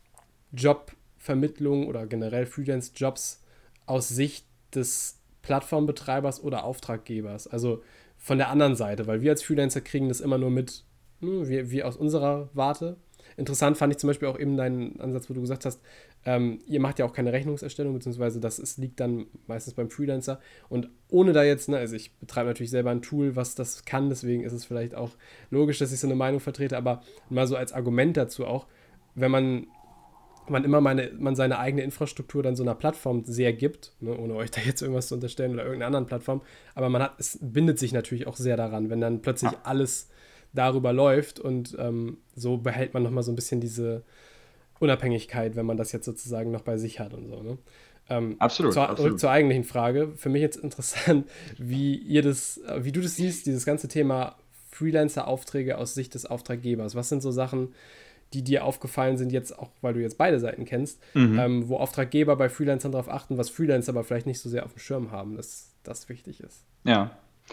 Jobvermittlung oder generell Freelance-Jobs aus Sicht des Plattformbetreibers oder Auftraggebers. Also von der anderen Seite, weil wir als Freelancer kriegen das immer nur mit, hm, wie, wie aus unserer Warte. Interessant fand ich zum Beispiel auch eben deinen Ansatz, wo du gesagt hast, ähm, ihr macht ja auch keine Rechnungserstellung, beziehungsweise das ist, liegt dann meistens beim Freelancer. Und ohne da jetzt, ne, also ich betreibe natürlich selber ein Tool, was das kann, deswegen ist es vielleicht auch logisch, dass ich so eine Meinung vertrete, aber mal so als Argument dazu auch, wenn man, man immer meine, man seine eigene Infrastruktur dann so einer Plattform sehr gibt, ne, ohne euch da jetzt irgendwas zu unterstellen oder irgendeiner anderen Plattform, aber man hat, es bindet sich natürlich auch sehr daran, wenn dann plötzlich Ja. alles darüber läuft und ähm, so behält man nochmal so ein bisschen diese Unabhängigkeit, wenn man das jetzt sozusagen noch bei sich hat und so. Ne? Ähm, Absolut, zur, absolut. Zurück zur eigentlichen Frage. Für mich jetzt interessant, wie ihr das, wie du das siehst, dieses ganze Thema Freelancer-Aufträge aus Sicht des Auftraggebers. Was sind so Sachen, die dir aufgefallen sind, jetzt auch, weil du jetzt beide Seiten kennst, Mhm. ähm, wo Auftraggeber bei Freelancern darauf achten, was Freelancer aber vielleicht nicht so sehr auf dem Schirm haben, dass das wichtig ist. Ja.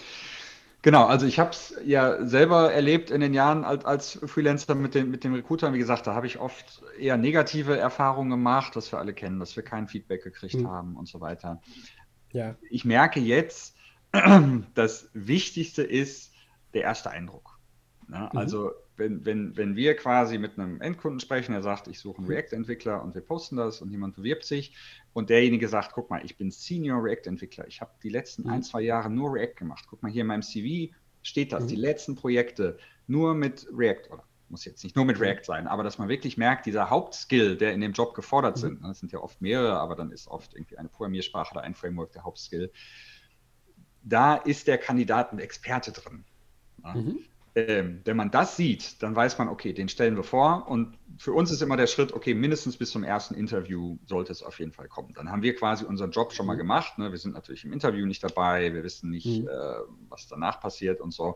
Genau, also ich habe es ja selber erlebt in den Jahren als, als Freelancer mit den, mit den Recruitern. Wie gesagt, da habe ich oft eher negative Erfahrungen gemacht, was wir alle kennen, dass wir kein Feedback gekriegt Hm. haben und so weiter. Ja. Ich merke jetzt, das Wichtigste ist der erste Eindruck. Ne? Mhm. Also wenn, wenn, wenn wir quasi mit einem Endkunden sprechen, der sagt, ich suche einen Mhm. React-Entwickler und wir posten das und jemand bewirbt sich und derjenige sagt, guck mal, ich bin Senior React-Entwickler, ich habe die letzten Mhm. ein, zwei Jahre nur React gemacht. Guck mal, hier in meinem C V steht das, Mhm. die letzten Projekte nur mit React, oder muss jetzt nicht nur mit Mhm. React sein, aber dass man wirklich merkt, dieser Hauptskill, der in dem Job gefordert Mhm. sind, das sind ja oft mehrere, aber dann ist oft irgendwie eine Programmiersprache oder ein Framework der Hauptskill, da ist der Kandidat ein Experte drin. Ja. Mhm. Ähm, wenn man das sieht, dann weiß man, okay, den stellen wir vor und für uns ist immer der Schritt, okay, mindestens bis zum ersten Interview sollte es auf jeden Fall kommen. Dann haben wir quasi unseren Job schon mal Mhm. gemacht, ne? Wir sind natürlich im Interview nicht dabei, wir wissen nicht, Mhm. äh, was danach passiert und so,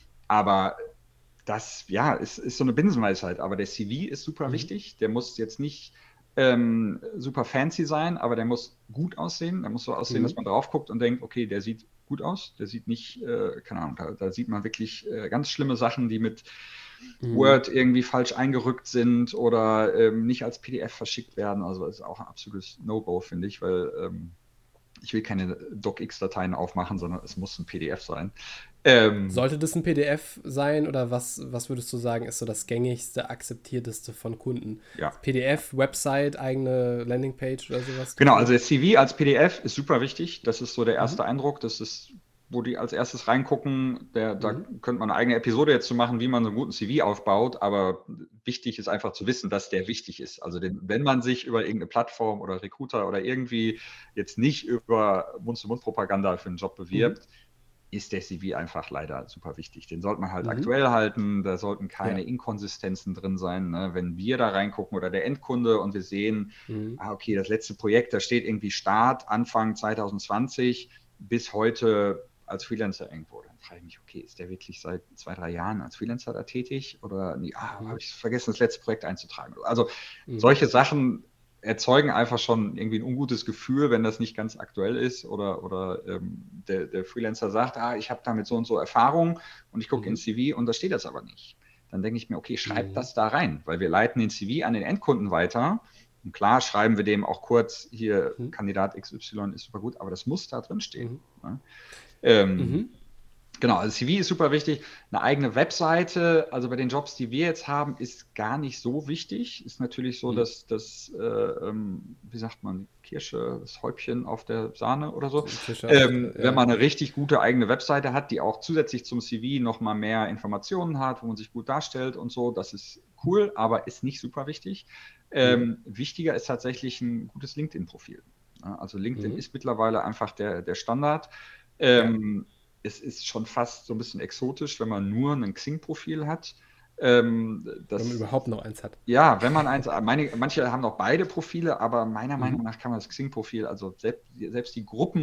aber das, ja, ist, ist so eine Binsenweisheit, aber der C V ist super Mhm. wichtig, der muss jetzt nicht ähm, super fancy sein, aber der muss gut aussehen, der muss so aussehen, Mhm. dass man drauf guckt und denkt, okay, der sieht gut aus, der sieht nicht, äh, keine Ahnung, da, da sieht man wirklich äh, ganz schlimme Sachen, die mit Mhm. Word irgendwie falsch eingerückt sind oder ähm, nicht als P D F verschickt werden, also das ist auch ein absolutes No-Go, finde ich, weil ähm, ich will keine DocX-Dateien aufmachen, sondern es muss ein P D F sein. Ähm, Sollte das ein P D F sein oder was, was würdest du sagen, ist so das gängigste, akzeptierteste von Kunden? ja. P D F, Website, eigene Landingpage oder sowas? Genau, also der C V als P D F ist super wichtig. Das ist so der erste Mhm. Eindruck. Das ist, wo die als erstes reingucken. Der, da Mhm. könnte man eine eigene Episode jetzt zu machen, wie man so einen guten C V aufbaut. Aber wichtig ist einfach zu wissen, dass der wichtig ist. Also den, wenn man sich über irgendeine Plattform oder Recruiter oder irgendwie jetzt nicht über Mund-zu-Mund-Propaganda für einen Job bewirbt, Mhm. ist der C V einfach leider super wichtig. Den sollte man halt Mhm. aktuell halten, da sollten keine Ja. Inkonsistenzen drin sein. Ne? Wenn wir da reingucken oder der Endkunde und wir sehen, Mhm. ah, okay, das letzte Projekt, da steht irgendwie Start Anfang zwanzig zwanzig bis heute als Freelancer irgendwo, dann frage ich mich, okay, ist der wirklich seit zwei, drei Jahren als Freelancer da tätig oder nee, ah, Mhm. habe ich vergessen, das letzte Projekt einzutragen. Also Mhm. solche Sachen erzeugen einfach schon irgendwie ein ungutes Gefühl, wenn das nicht ganz aktuell ist oder, oder ähm, der, der Freelancer sagt, ah, ich habe damit so und so Erfahrung und ich gucke Mhm. ins C V und da steht das aber nicht. Dann denke ich mir, okay, schreib Mhm. das da rein, weil wir leiten den C V an den Endkunden weiter und klar schreiben wir dem auch kurz, hier Mhm. Kandidat X Y ist super gut, aber das muss da drin stehen. Mhm. Ne? Ähm, Mhm. Genau, also C V ist super wichtig. Eine eigene Webseite, also bei den Jobs, die wir jetzt haben, ist gar nicht so wichtig. Ist natürlich so, Mhm. dass das, äh, ähm, wie sagt man, Kirsche, das Häubchen auf der Sahne oder so. Kirsche auf Ähm, der, wenn ja. man eine richtig gute eigene Webseite hat, die auch zusätzlich zum C V nochmal mehr Informationen hat, wo man sich gut darstellt und so, das ist cool, aber ist nicht super wichtig. Ähm, wichtiger ist tatsächlich ein gutes LinkedIn-Profil. Ja, also LinkedIn Mhm. ist mittlerweile einfach der, der Standard. Ja. Ähm, es ist schon fast so ein bisschen exotisch, wenn man nur ein Xing-Profil hat. Ähm, Wenn man das, überhaupt noch eins hat. ja, wenn man eins, meine, manche haben noch beide Profile, aber meiner Mhm. Meinung nach kann man das Xing-Profil, also selbst, selbst die Gruppen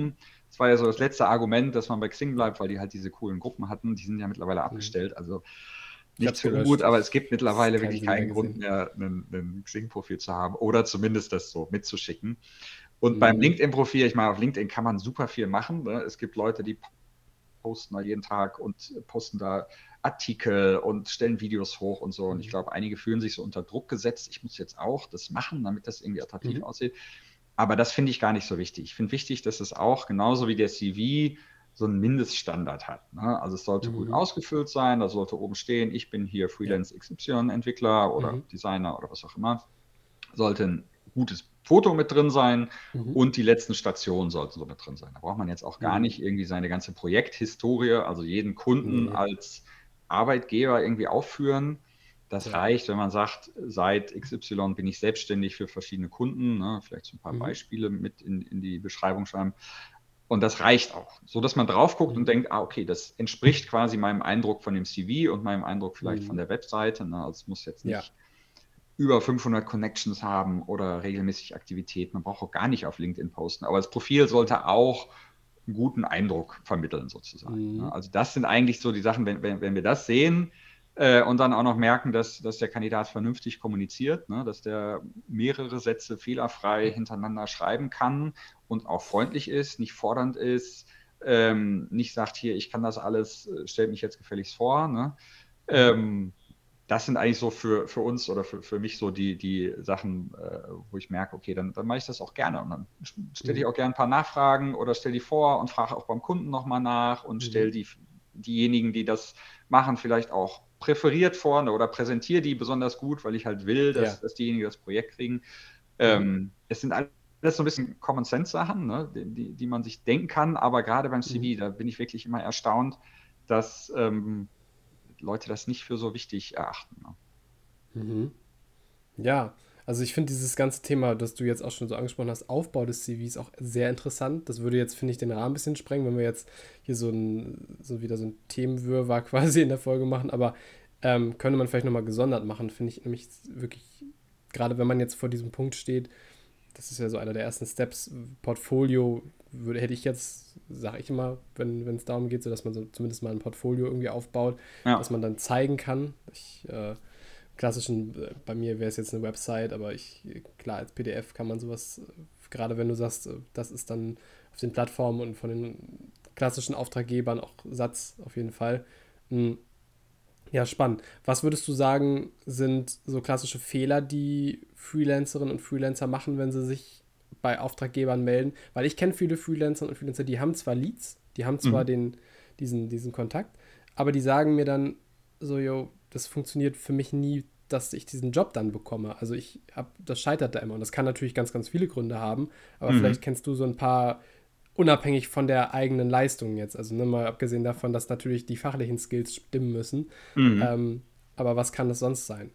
Das war ja so das letzte Argument, dass man bei Xing bleibt, weil die halt diese coolen Gruppen hatten. Die sind ja mittlerweile abgestellt. Also nichts für ungut, aber es gibt mittlerweile keinen wirklich Sinn mehr keinen Grund gesehen. mehr, ein, ein Xing-Profil zu haben oder zumindest das so mitzuschicken. Und Mhm. beim LinkedIn-Profil, ich meine, auf LinkedIn kann man super viel machen. Ne? Es gibt Leute, die posten da jeden Tag und posten da Artikel und stellen Videos hoch und so. Und ich glaube, einige fühlen sich so unter Druck gesetzt. Ich muss jetzt auch das machen, damit das irgendwie attraktiv Mhm. aussieht. Aber das finde ich gar nicht so wichtig. Ich finde wichtig, dass es auch genauso wie der C V so einen Mindeststandard hat. Ne? Also es sollte Mhm. gut ausgefüllt sein. Da sollte oben stehen, ich bin hier Freelance X Y-Entwickler oder Mhm. Designer oder was auch immer. Sollte ein gutes Foto mit drin sein Mhm. und die letzten Stationen sollten so mit drin sein. Da braucht man jetzt auch gar Mhm. nicht irgendwie seine ganze Projekthistorie, also jeden Kunden Nee. als Arbeitgeber irgendwie aufführen. Das Ja. reicht, wenn man sagt, seit X Y bin ich selbstständig für verschiedene Kunden, ne? Vielleicht so ein paar Mhm. Beispiele mit in, in die Beschreibung schreiben. Und das reicht auch, so dass man drauf guckt Mhm. und denkt, ah, okay, das entspricht quasi meinem Eindruck von dem C V und meinem Eindruck vielleicht Mhm. von der Webseite. Ne? Also es muss jetzt Ja. nicht über fünfhundert Connections haben oder regelmäßig Aktivität. Man braucht auch gar nicht auf LinkedIn posten, aber das Profil sollte auch einen guten Eindruck vermitteln sozusagen. Mhm. Also das sind eigentlich so die Sachen, wenn, wenn, wenn wir das sehen äh, und dann auch noch merken, dass, dass der Kandidat vernünftig kommuniziert, ne, dass der mehrere Sätze fehlerfrei hintereinander schreiben kann und auch freundlich ist, nicht fordernd ist, ähm, nicht sagt, hier, ich kann das alles, stellt mich jetzt gefälligst vor. Ne? Mhm. Ähm, das sind eigentlich so für, für uns oder für, für mich so die, die Sachen, äh, wo ich merke, okay, dann, dann mache ich das auch gerne. Und dann stelle ich Mhm. auch gerne ein paar Nachfragen oder stelle die vor und frage auch beim Kunden nochmal nach und Mhm. stelle die, diejenigen, die das machen, vielleicht auch präferiert vor oder präsentiere die besonders gut, weil ich halt will, dass, Ja. dass diejenigen das Projekt kriegen. Mhm. Ähm, es sind alles so ein bisschen Common Sense Sachen, ne, die, die man sich denken kann, aber gerade beim C V, Mhm. da bin ich wirklich immer erstaunt, dass ähm, Leute das nicht für so wichtig erachten. Ne? Mhm. Ja, also ich finde dieses ganze Thema, das du jetzt auch schon so angesprochen hast, Aufbau des C Vs auch sehr interessant. Das würde jetzt, finde ich, den Rahmen ein bisschen sprengen, wenn wir jetzt hier so ein, so wieder so ein Themenwirrwarr quasi in der Folge machen, aber ähm, könnte man vielleicht nochmal gesondert machen, finde ich nämlich wirklich, gerade wenn man jetzt vor diesem Punkt steht, das ist ja so einer der ersten Steps, Portfolio würde, hätte ich jetzt, sage ich immer, wenn es darum geht, so dass man so zumindest mal ein Portfolio irgendwie aufbaut, Ja. dass man dann zeigen kann. Ich, äh, klassischen, äh, bei mir wäre es jetzt eine Website, aber ich, klar, als P D F kann man sowas, äh, gerade wenn du sagst, äh, das ist dann auf den Plattformen und von den klassischen Auftraggebern auch Satz auf jeden Fall. Mhm. Ja, spannend. Was würdest du sagen, sind so klassische Fehler, die Freelancerinnen und Freelancer machen, wenn sie sich bei Auftraggebern melden? Weil ich kenne viele Freelancerinnen und Freelancer, die haben zwar Leads, die haben zwar Mhm. den, diesen, diesen Kontakt, aber die sagen mir dann so, yo, das funktioniert für mich nie, dass ich diesen Job dann bekomme. Also ich hab, das scheitert da immer. Und das kann natürlich ganz, ganz viele Gründe haben, aber Mhm. vielleicht kennst du so ein paar unabhängig von der eigenen Leistung jetzt. Also ne, mal abgesehen davon, dass natürlich die fachlichen Skills stimmen müssen. Mhm. Ähm, aber was kann das sonst sein?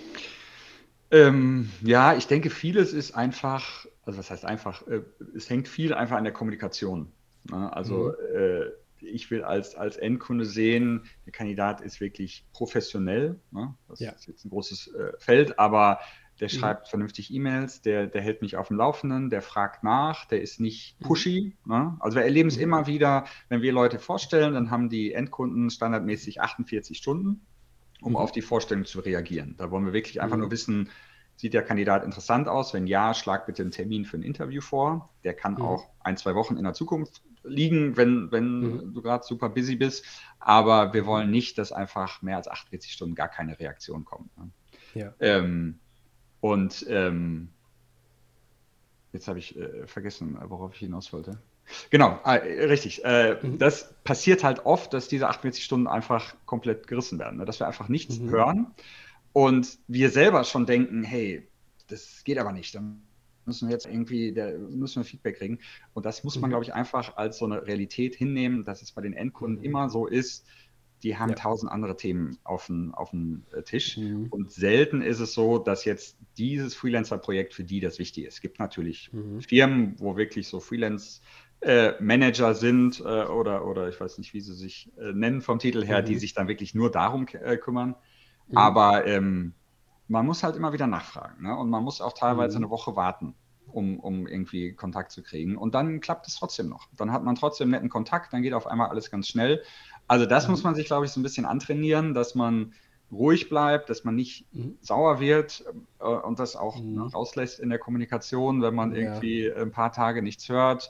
Ähm, ja, ich denke, vieles ist einfach, also was heißt einfach, äh, es hängt viel einfach an der Kommunikation. Ne? Also Mhm. äh, ich will als, als Endkunde sehen, der Kandidat ist wirklich professionell. Ne? Das Ja. ist jetzt ein großes äh, Feld, aber der Mhm. schreibt vernünftig E-Mails, der, der hält mich auf dem Laufenden, der fragt nach, der ist nicht Mhm. pushy. Ne? Also wir erleben es Mhm. immer wieder, wenn wir Leute vorstellen, dann haben die Endkunden standardmäßig achtundvierzig Stunden, um Mhm. auf die Vorstellung zu reagieren. Da wollen wir wirklich einfach nur Mhm. wissen, sieht der Kandidat interessant aus? Wenn ja, schlag bitte einen Termin für ein Interview vor. Der kann Mhm. auch ein, zwei Wochen in der Zukunft liegen, wenn, Mhm. wenn du gerade super busy bist. Aber wir Mhm. wollen nicht, dass einfach mehr als achtundvierzig Stunden gar keine Reaktion kommt. Ne? Ja. Ähm, und ähm, jetzt habe ich äh, vergessen, worauf ich hinaus wollte. Genau, äh, richtig. Äh, Mhm. das passiert halt oft, dass diese achtundvierzig Stunden einfach komplett gerissen werden, ne? Dass wir einfach nichts Mhm. hören und wir selber schon denken, hey, das geht aber nicht, dann müssen wir jetzt irgendwie, da müssen wir Feedback kriegen. Und das muss man, Mhm. glaube ich, einfach als so eine Realität hinnehmen, dass es bei den Endkunden Mhm. immer so ist, die haben Ja. tausend andere Themen auf dem, auf dem Tisch. Mhm. Und selten ist es so, dass jetzt dieses Freelancer-Projekt für die das Wichtige ist. Es gibt natürlich Mhm. Firmen, wo wirklich so Freelance-Manager äh, sind äh, oder, oder ich weiß nicht, wie sie sich äh, nennen vom Titel her, die Mhm. sich dann wirklich nur darum äh, kümmern. Mhm. Aber ähm, man muss halt immer wieder nachfragen. Ne? Und man muss auch teilweise Mhm. eine Woche warten. um, um irgendwie Kontakt zu kriegen. Und dann klappt es trotzdem noch. Dann hat man trotzdem netten Kontakt, dann geht auf einmal alles ganz schnell. Also das mhm. muss man sich, glaube ich, so ein bisschen antrainieren, dass man ruhig bleibt, dass man nicht mhm. sauer wird äh, und das auch mhm. ne, rauslässt in der Kommunikation, wenn man ja. irgendwie ein paar Tage nichts hört.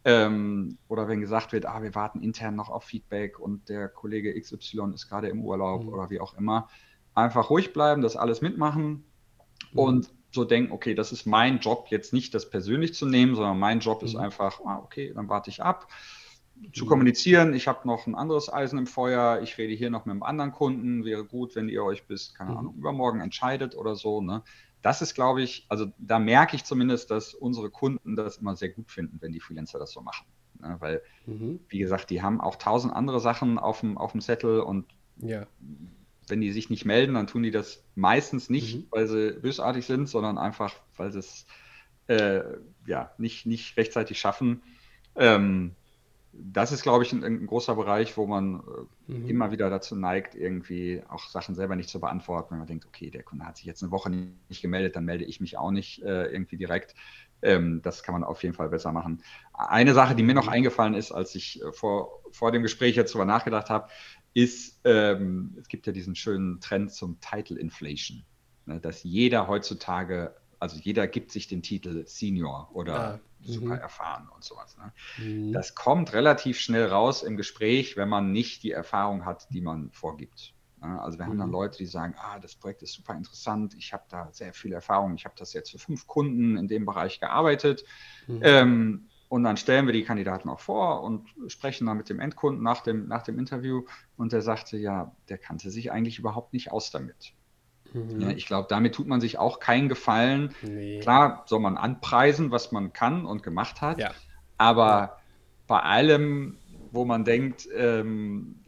Ähm, oder wenn gesagt wird, ah, wir warten intern noch auf Feedback und der Kollege X Y ist gerade im Urlaub mhm. oder wie auch immer. Einfach ruhig bleiben, das alles mitmachen mhm. und so denken, okay, das ist mein Job, jetzt nicht das persönlich zu nehmen, sondern mein Job mhm. ist einfach, ah, okay, dann warte ich ab, zu mhm. kommunizieren. Ich habe noch ein anderes Eisen im Feuer, ich rede hier noch mit einem anderen Kunden, wäre gut, wenn ihr euch bis, keine mhm. Ahnung, übermorgen entscheidet oder so, ne? Das ist, glaube ich, also da merke ich zumindest, dass unsere Kunden das immer sehr gut finden, wenn die Freelancer das so machen. Ne? Weil, mhm. wie gesagt, die haben auch tausend andere Sachen auf dem, auf dem Zettel und ja. wenn die sich nicht melden, dann tun die das meistens nicht, mhm. weil sie bösartig sind, sondern einfach, weil sie es äh, ja, nicht, nicht rechtzeitig schaffen. Ähm, das ist, glaube ich, ein, ein großer Bereich, wo man äh, mhm. immer wieder dazu neigt, irgendwie auch Sachen selber nicht zu beantworten, wenn man denkt, okay, der Kunde hat sich jetzt eine Woche nicht gemeldet, dann melde ich mich auch nicht äh, irgendwie direkt. Ähm, das kann man auf jeden Fall besser machen. Eine Sache, die mir noch eingefallen ist, als ich äh, vor, vor dem Gespräch jetzt drüber nachgedacht habe, ist, ähm, es gibt ja diesen schönen Trend zum Title Inflation, ne, dass jeder heutzutage, also jeder gibt sich den Titel Senior oder ah, super m- erfahren und sowas. Ne? M- Das kommt relativ schnell raus im Gespräch, wenn man nicht die Erfahrung hat, die man vorgibt. Ne? Also wir m- haben dann Leute, die sagen, ah, das Projekt ist super interessant, ich habe da sehr viel Erfahrung, ich habe das jetzt für fünf Kunden in dem Bereich gearbeitet. M- ähm, Und dann stellen wir die Kandidaten auch vor und sprechen dann mit dem Endkunden nach dem, nach dem Interview. Und der sagte, ja, der kannte sich eigentlich überhaupt nicht aus damit. Mhm. Ja, ich glaube, damit tut man sich auch keinen Gefallen. Nee. Klar soll man anpreisen, was man kann und gemacht hat. Ja. Aber ja. bei allem, wo man denkt, ähm,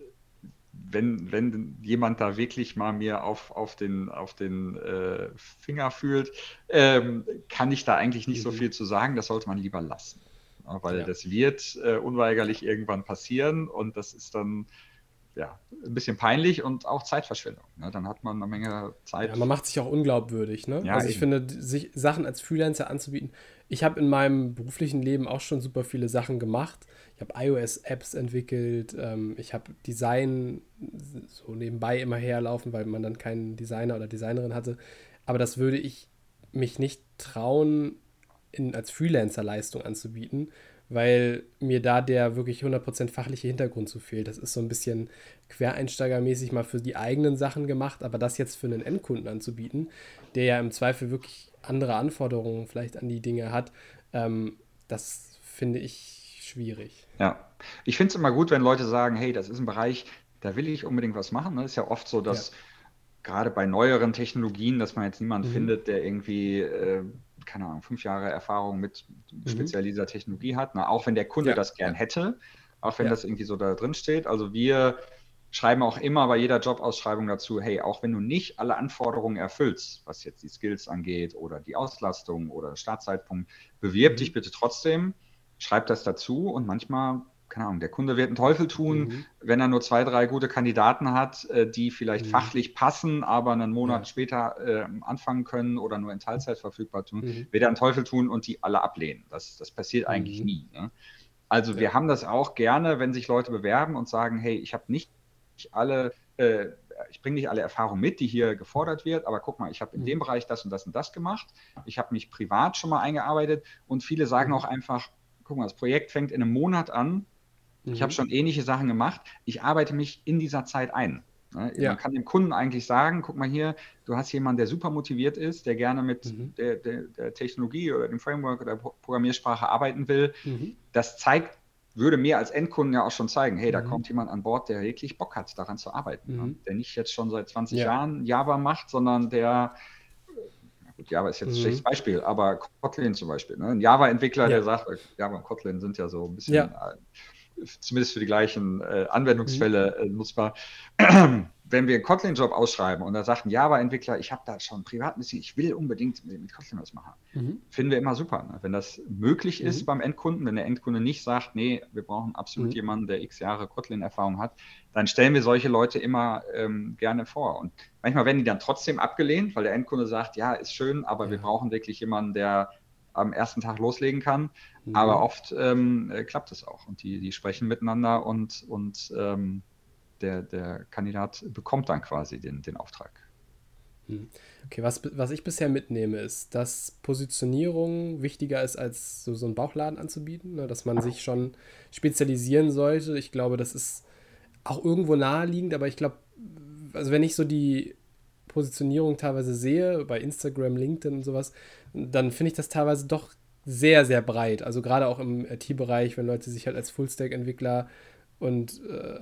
wenn, wenn jemand da wirklich mal mir auf, auf den, auf den äh, Finger fühlt, ähm, kann ich da eigentlich nicht mhm. so viel zu sagen. Das sollte man lieber lassen. Weil ja. das wird äh, unweigerlich irgendwann passieren und das ist dann ja, ein bisschen peinlich und auch Zeitverschwendung. Ne? Dann hat man eine Menge Zeit. Ja, man macht sich auch unglaubwürdig. Ne? Ja, also ich eben. finde, sich Sachen als Freelancer anzubieten. Ich habe in meinem beruflichen Leben auch schon super viele Sachen gemacht. Ich habe iOS-Apps entwickelt. Ähm, ich habe Design so nebenbei immer herlaufen, weil man dann keinen Designer oder Designerin hatte. Aber das würde ich mich nicht trauen, in, als Freelancer-Leistung anzubieten, weil mir da der wirklich hundert Prozent fachliche Hintergrund zu fehlt. Das ist so ein bisschen quereinsteigermäßig mal für die eigenen Sachen gemacht, aber das jetzt für einen Endkunden anzubieten, der ja im Zweifel wirklich andere Anforderungen vielleicht an die Dinge hat, ähm, das finde ich schwierig. Ja, ich finde es immer gut, wenn Leute sagen, hey, das ist ein Bereich, da will ich unbedingt was machen. Das ist ja oft so, dass ja. gerade bei neueren Technologien, dass man jetzt niemanden mhm. findet, der irgendwie, äh, keine Ahnung, fünf Jahre Erfahrung mit speziell dieser Technologie hat. Na, auch wenn der Kunde ja. das gern ja. hätte, auch wenn ja. das irgendwie so da drin steht. Also wir schreiben auch immer bei jeder Jobausschreibung dazu, hey, auch wenn du nicht alle Anforderungen erfüllst, was jetzt die Skills angeht oder die Auslastung oder Startzeitpunkt, bewirb mhm. dich bitte trotzdem, schreib das dazu und manchmal keine Ahnung, der Kunde wird einen Teufel tun, mhm. wenn er nur zwei, drei gute Kandidaten hat, die vielleicht mhm. fachlich passen, aber einen Monat ja. später äh, anfangen können oder nur in Teilzeit verfügbar tun, mhm. wird er einen Teufel tun und die alle ablehnen. Das, das passiert mhm. eigentlich nie. Ne? Also ja. wir haben das auch gerne, wenn sich Leute bewerben und sagen, hey, ich habe nicht alle, äh, ich bringe nicht alle Erfahrungen mit, die hier gefordert wird, aber guck mal, ich habe in mhm. dem Bereich das und das und das gemacht. Ich habe mich privat schon mal eingearbeitet und viele sagen mhm. auch einfach, guck mal, das Projekt fängt in einem Monat an. Ich mhm. habe schon ähnliche Sachen gemacht. Ich arbeite mich in dieser Zeit ein. Ne? Ja. Man kann dem Kunden eigentlich sagen, guck mal hier, du hast jemanden, der super motiviert ist, der gerne mit mhm. der, der, der Technologie oder dem Framework oder der Programmiersprache arbeiten will. Mhm. Das zeigt, würde mir als Endkunden ja auch schon zeigen, hey, da mhm. kommt jemand an Bord, der wirklich Bock hat, daran zu arbeiten. Mhm. Ne? Der nicht jetzt schon seit zwanzig ja. Jahren Java macht, sondern der Gut, Java ist jetzt ein mhm. schlechtes Beispiel, aber Kotlin zum Beispiel. Ne? Ein Java-Entwickler, ja. der sagt, Java und Kotlin sind ja so ein bisschen, ja. äh, zumindest für die gleichen äh, Anwendungsfälle mhm. äh, nutzbar. Wenn wir einen Kotlin-Job ausschreiben und da sagt ein Java-Entwickler, ich habe da schon privat ein bisschen, ich will unbedingt mit, mit Kotlin was machen, mhm. finden wir immer super. Ne? Wenn das möglich mhm. ist beim Endkunden, wenn der Endkunde nicht sagt, nee, wir brauchen absolut mhm. jemanden, der x Jahre Kotlin-Erfahrung hat, dann stellen wir solche Leute immer ähm, gerne vor. Und manchmal werden die dann trotzdem abgelehnt, weil der Endkunde sagt, ja, ist schön, aber ja. wir brauchen wirklich jemanden, der am ersten Tag loslegen kann. Mhm. Aber oft ähm, klappt es auch und die, die sprechen miteinander und, und ähm, der, der Kandidat bekommt dann quasi den, den Auftrag. Okay, was, was ich bisher mitnehme, ist, dass Positionierung wichtiger ist, als so, so einen Bauchladen anzubieten, ne? Dass man sich schon spezialisieren sollte. Ich glaube, das ist auch irgendwo naheliegend, aber ich glaube, also wenn ich so die Positionierung teilweise sehe, bei Instagram, LinkedIn und sowas, dann finde ich das teilweise doch sehr, sehr breit. Also gerade auch im I T-Bereich, wenn Leute sich halt als Full-Stack-Entwickler und äh,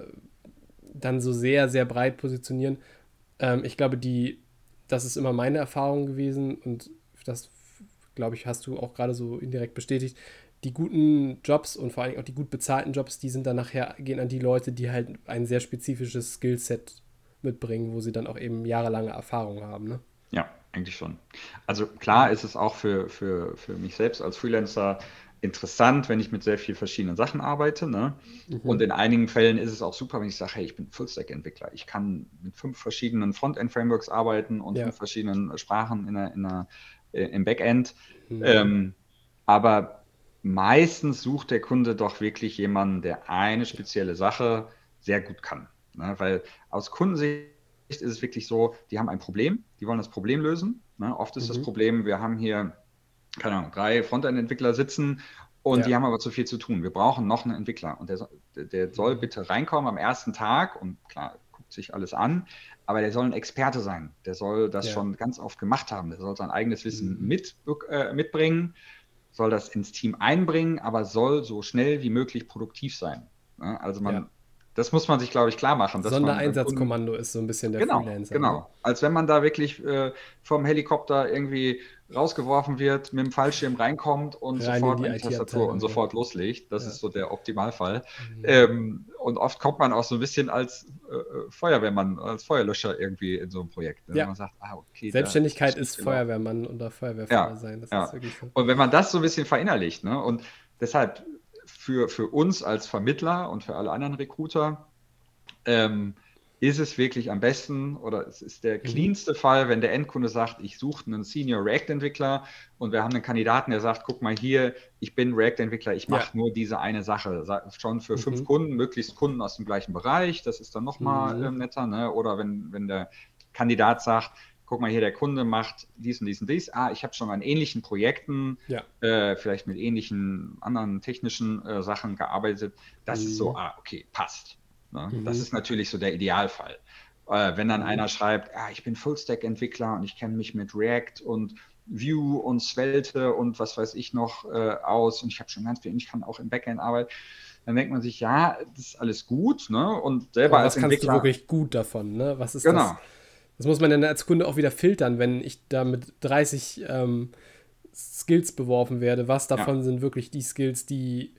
dann so sehr, sehr breit positionieren. Ähm, ich glaube, die das ist immer meine Erfahrung gewesen und das, glaube ich, hast du auch gerade so indirekt bestätigt. Die guten Jobs und vor allem auch die gut bezahlten Jobs, die sind dann nachher, gehen an die Leute, die halt ein sehr spezifisches Skillset mitbringen, wo sie dann auch eben jahrelange Erfahrung haben. Ne? Ja, eigentlich schon. Also klar ist es auch für, für, für mich selbst als Freelancer interessant, wenn ich mit sehr vielen verschiedenen Sachen arbeite. Ne? Mhm. Und in einigen Fällen ist es auch super, wenn ich sage, hey, ich bin Full-Stack-Entwickler. Ich kann mit fünf verschiedenen Frontend-Frameworks arbeiten und ja. fünf verschiedenen Sprachen in der, in der, äh, im Backend. Mhm. Ähm, aber meistens sucht der Kunde doch wirklich jemanden, der eine spezielle Sache sehr gut kann. Ne? Weil aus Kundensicht ist es wirklich so, die haben ein Problem, die wollen das Problem lösen. Ne? Oft ist mhm. das Problem, wir haben hier keine Ahnung, drei Frontend-Entwickler sitzen und ja. die haben aber zu viel zu tun. Wir brauchen noch einen Entwickler und der, der, der soll mhm. bitte reinkommen am ersten Tag und klar, guckt sich alles an, aber der soll ein Experte sein. Der soll das ja. schon ganz oft gemacht haben. Der soll sein eigenes Wissen mhm. mit, äh, mitbringen, soll das ins Team einbringen, aber soll so schnell wie möglich produktiv sein. Ne? Also man, ja. das muss man sich, glaube ich, klar machen. Sondereinsatzkommando ist so ein bisschen der genau, Freelancer. Genau, ne? Als wenn man da wirklich äh, vom Helikopter irgendwie rausgeworfen wird, mit dem Fallschirm reinkommt und Rein sofort in die, die Tastatur und sofort loslegt. Das ja. ist so der Optimalfall. Mhm. Ähm, und oft kommt man auch so ein bisschen als äh, Feuerwehrmann, als Feuerlöscher irgendwie in so einem Projekt. Ne? Ja. Man sagt, ah, okay, Selbstständigkeit ist, ist Feuerwehrmann oder Feuerwehrfrau ja. sein. Das ja. ist wirklich so. Und wenn man das so ein bisschen verinnerlicht, ne? Und deshalb für, für uns als Vermittler und für alle anderen Recruiter, ähm, ist es wirklich am besten oder es ist der cleanste mhm. Fall, wenn der Endkunde sagt, ich suche einen Senior React-Entwickler und wir haben einen Kandidaten, der sagt, guck mal hier, ich bin React-Entwickler, ich mache ja. nur diese eine Sache. Schon für mhm. fünf Kunden, möglichst Kunden aus dem gleichen Bereich, das ist dann nochmal mhm. äh, netter. Ne? Oder wenn, wenn der Kandidat sagt, guck mal hier, der Kunde macht dies und dies und dies. Ah, ich habe schon an ähnlichen Projekten, ja. äh, vielleicht mit ähnlichen anderen technischen äh, Sachen gearbeitet. Das mhm. ist so, ah, okay, passt. Ne? Mhm. Das ist natürlich so der Idealfall. Äh, wenn dann mhm. einer schreibt, ah, ich bin Full-Stack-Entwickler und ich kenne mich mit React und Vue und Svelte und was weiß ich noch äh, aus und ich habe schon ganz viel, ich kann auch im Backend arbeiten, dann denkt man sich, ja, das ist alles gut, ne? Und selber aber als was Entwickler... kannst du wirklich gut davon, ne? Was ist genau. das? Das muss man dann als Kunde auch wieder filtern, wenn ich da mit dreißig ähm, Skills beworfen werde. Was davon ja. sind wirklich die Skills, die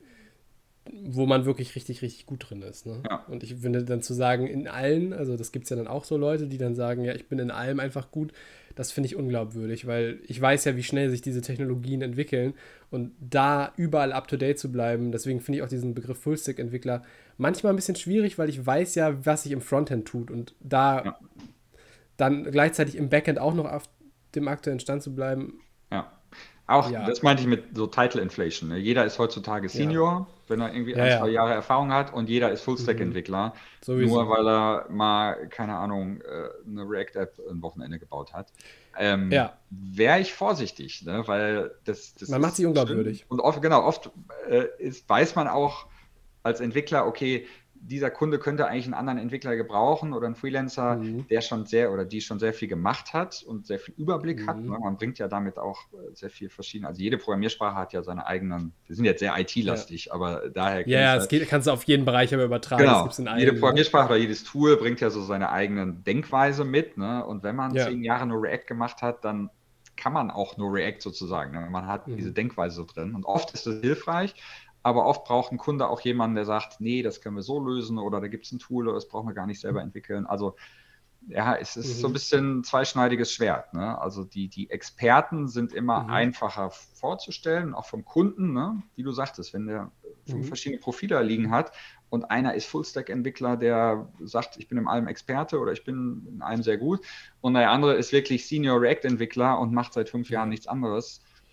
wo man wirklich richtig, richtig gut drin ist. Ne? Ja. Und ich finde dann zu sagen, in allen, also das gibt es ja dann auch so Leute, die dann sagen, ja, ich bin in allem einfach gut, das finde ich unglaubwürdig, weil ich weiß ja, wie schnell sich diese Technologien entwickeln und da überall up-to-date zu bleiben, deswegen finde ich auch diesen Begriff Full-Stack-Entwickler manchmal ein bisschen schwierig, weil ich weiß ja, was sich im Frontend tut und da ja. dann gleichzeitig im Backend auch noch auf dem aktuellen Stand zu bleiben. Ja. Auch, ja. das meinte ich mit so Title Inflation. Ne? Jeder ist heutzutage Senior, ja. wenn er irgendwie ja, ein, zwei ja. Jahre Erfahrung hat und jeder ist Full-Stack-Entwickler, mhm. nur weil er mal, keine Ahnung, eine React-App ein Wochenende gebaut hat. Ähm, ja. Wäre ich vorsichtig, ne? Weil das, das man macht sich unglaubwürdig. Und oft, genau, oft äh, ist, weiß man auch als Entwickler, okay, dieser Kunde könnte eigentlich einen anderen Entwickler gebrauchen oder einen Freelancer, mhm. der schon sehr oder die schon sehr viel gemacht hat und sehr viel Überblick mhm. hat. Ne? Man bringt ja damit auch sehr viel verschiedene, also jede Programmiersprache hat ja seine eigenen, wir sind jetzt sehr I T-lastig, ja. aber daher... Ja, ja, das halt, geht, kannst du auf jeden Bereich aber übertragen. Genau, das in allen, jede Programmiersprache oder jedes Tool bringt ja so seine eigenen Denkweise mit. Ne? Und wenn man ja. zehn Jahre nur React gemacht hat, dann kann man auch nur React sozusagen. Ne? Man hat mhm. diese Denkweise so drin und oft ist das hilfreich. Aber oft braucht ein Kunde auch jemanden, der sagt, nee, das können wir so lösen oder da gibt es ein Tool oder das brauchen wir gar nicht selber entwickeln. Also ja, es ist mhm. so ein bisschen ein zweischneidiges Schwert. Ne? Also die, die Experten sind immer mhm. einfacher vorzustellen, auch vom Kunden, ne? Wie du sagtest, wenn der fünf mhm. verschiedene Profile liegen hat und einer ist Full-Stack-Entwickler, der sagt, ich bin in allem Experte oder ich bin in allem sehr gut und der andere ist wirklich Senior React-Entwickler und macht seit fünf Jahren nichts anderes.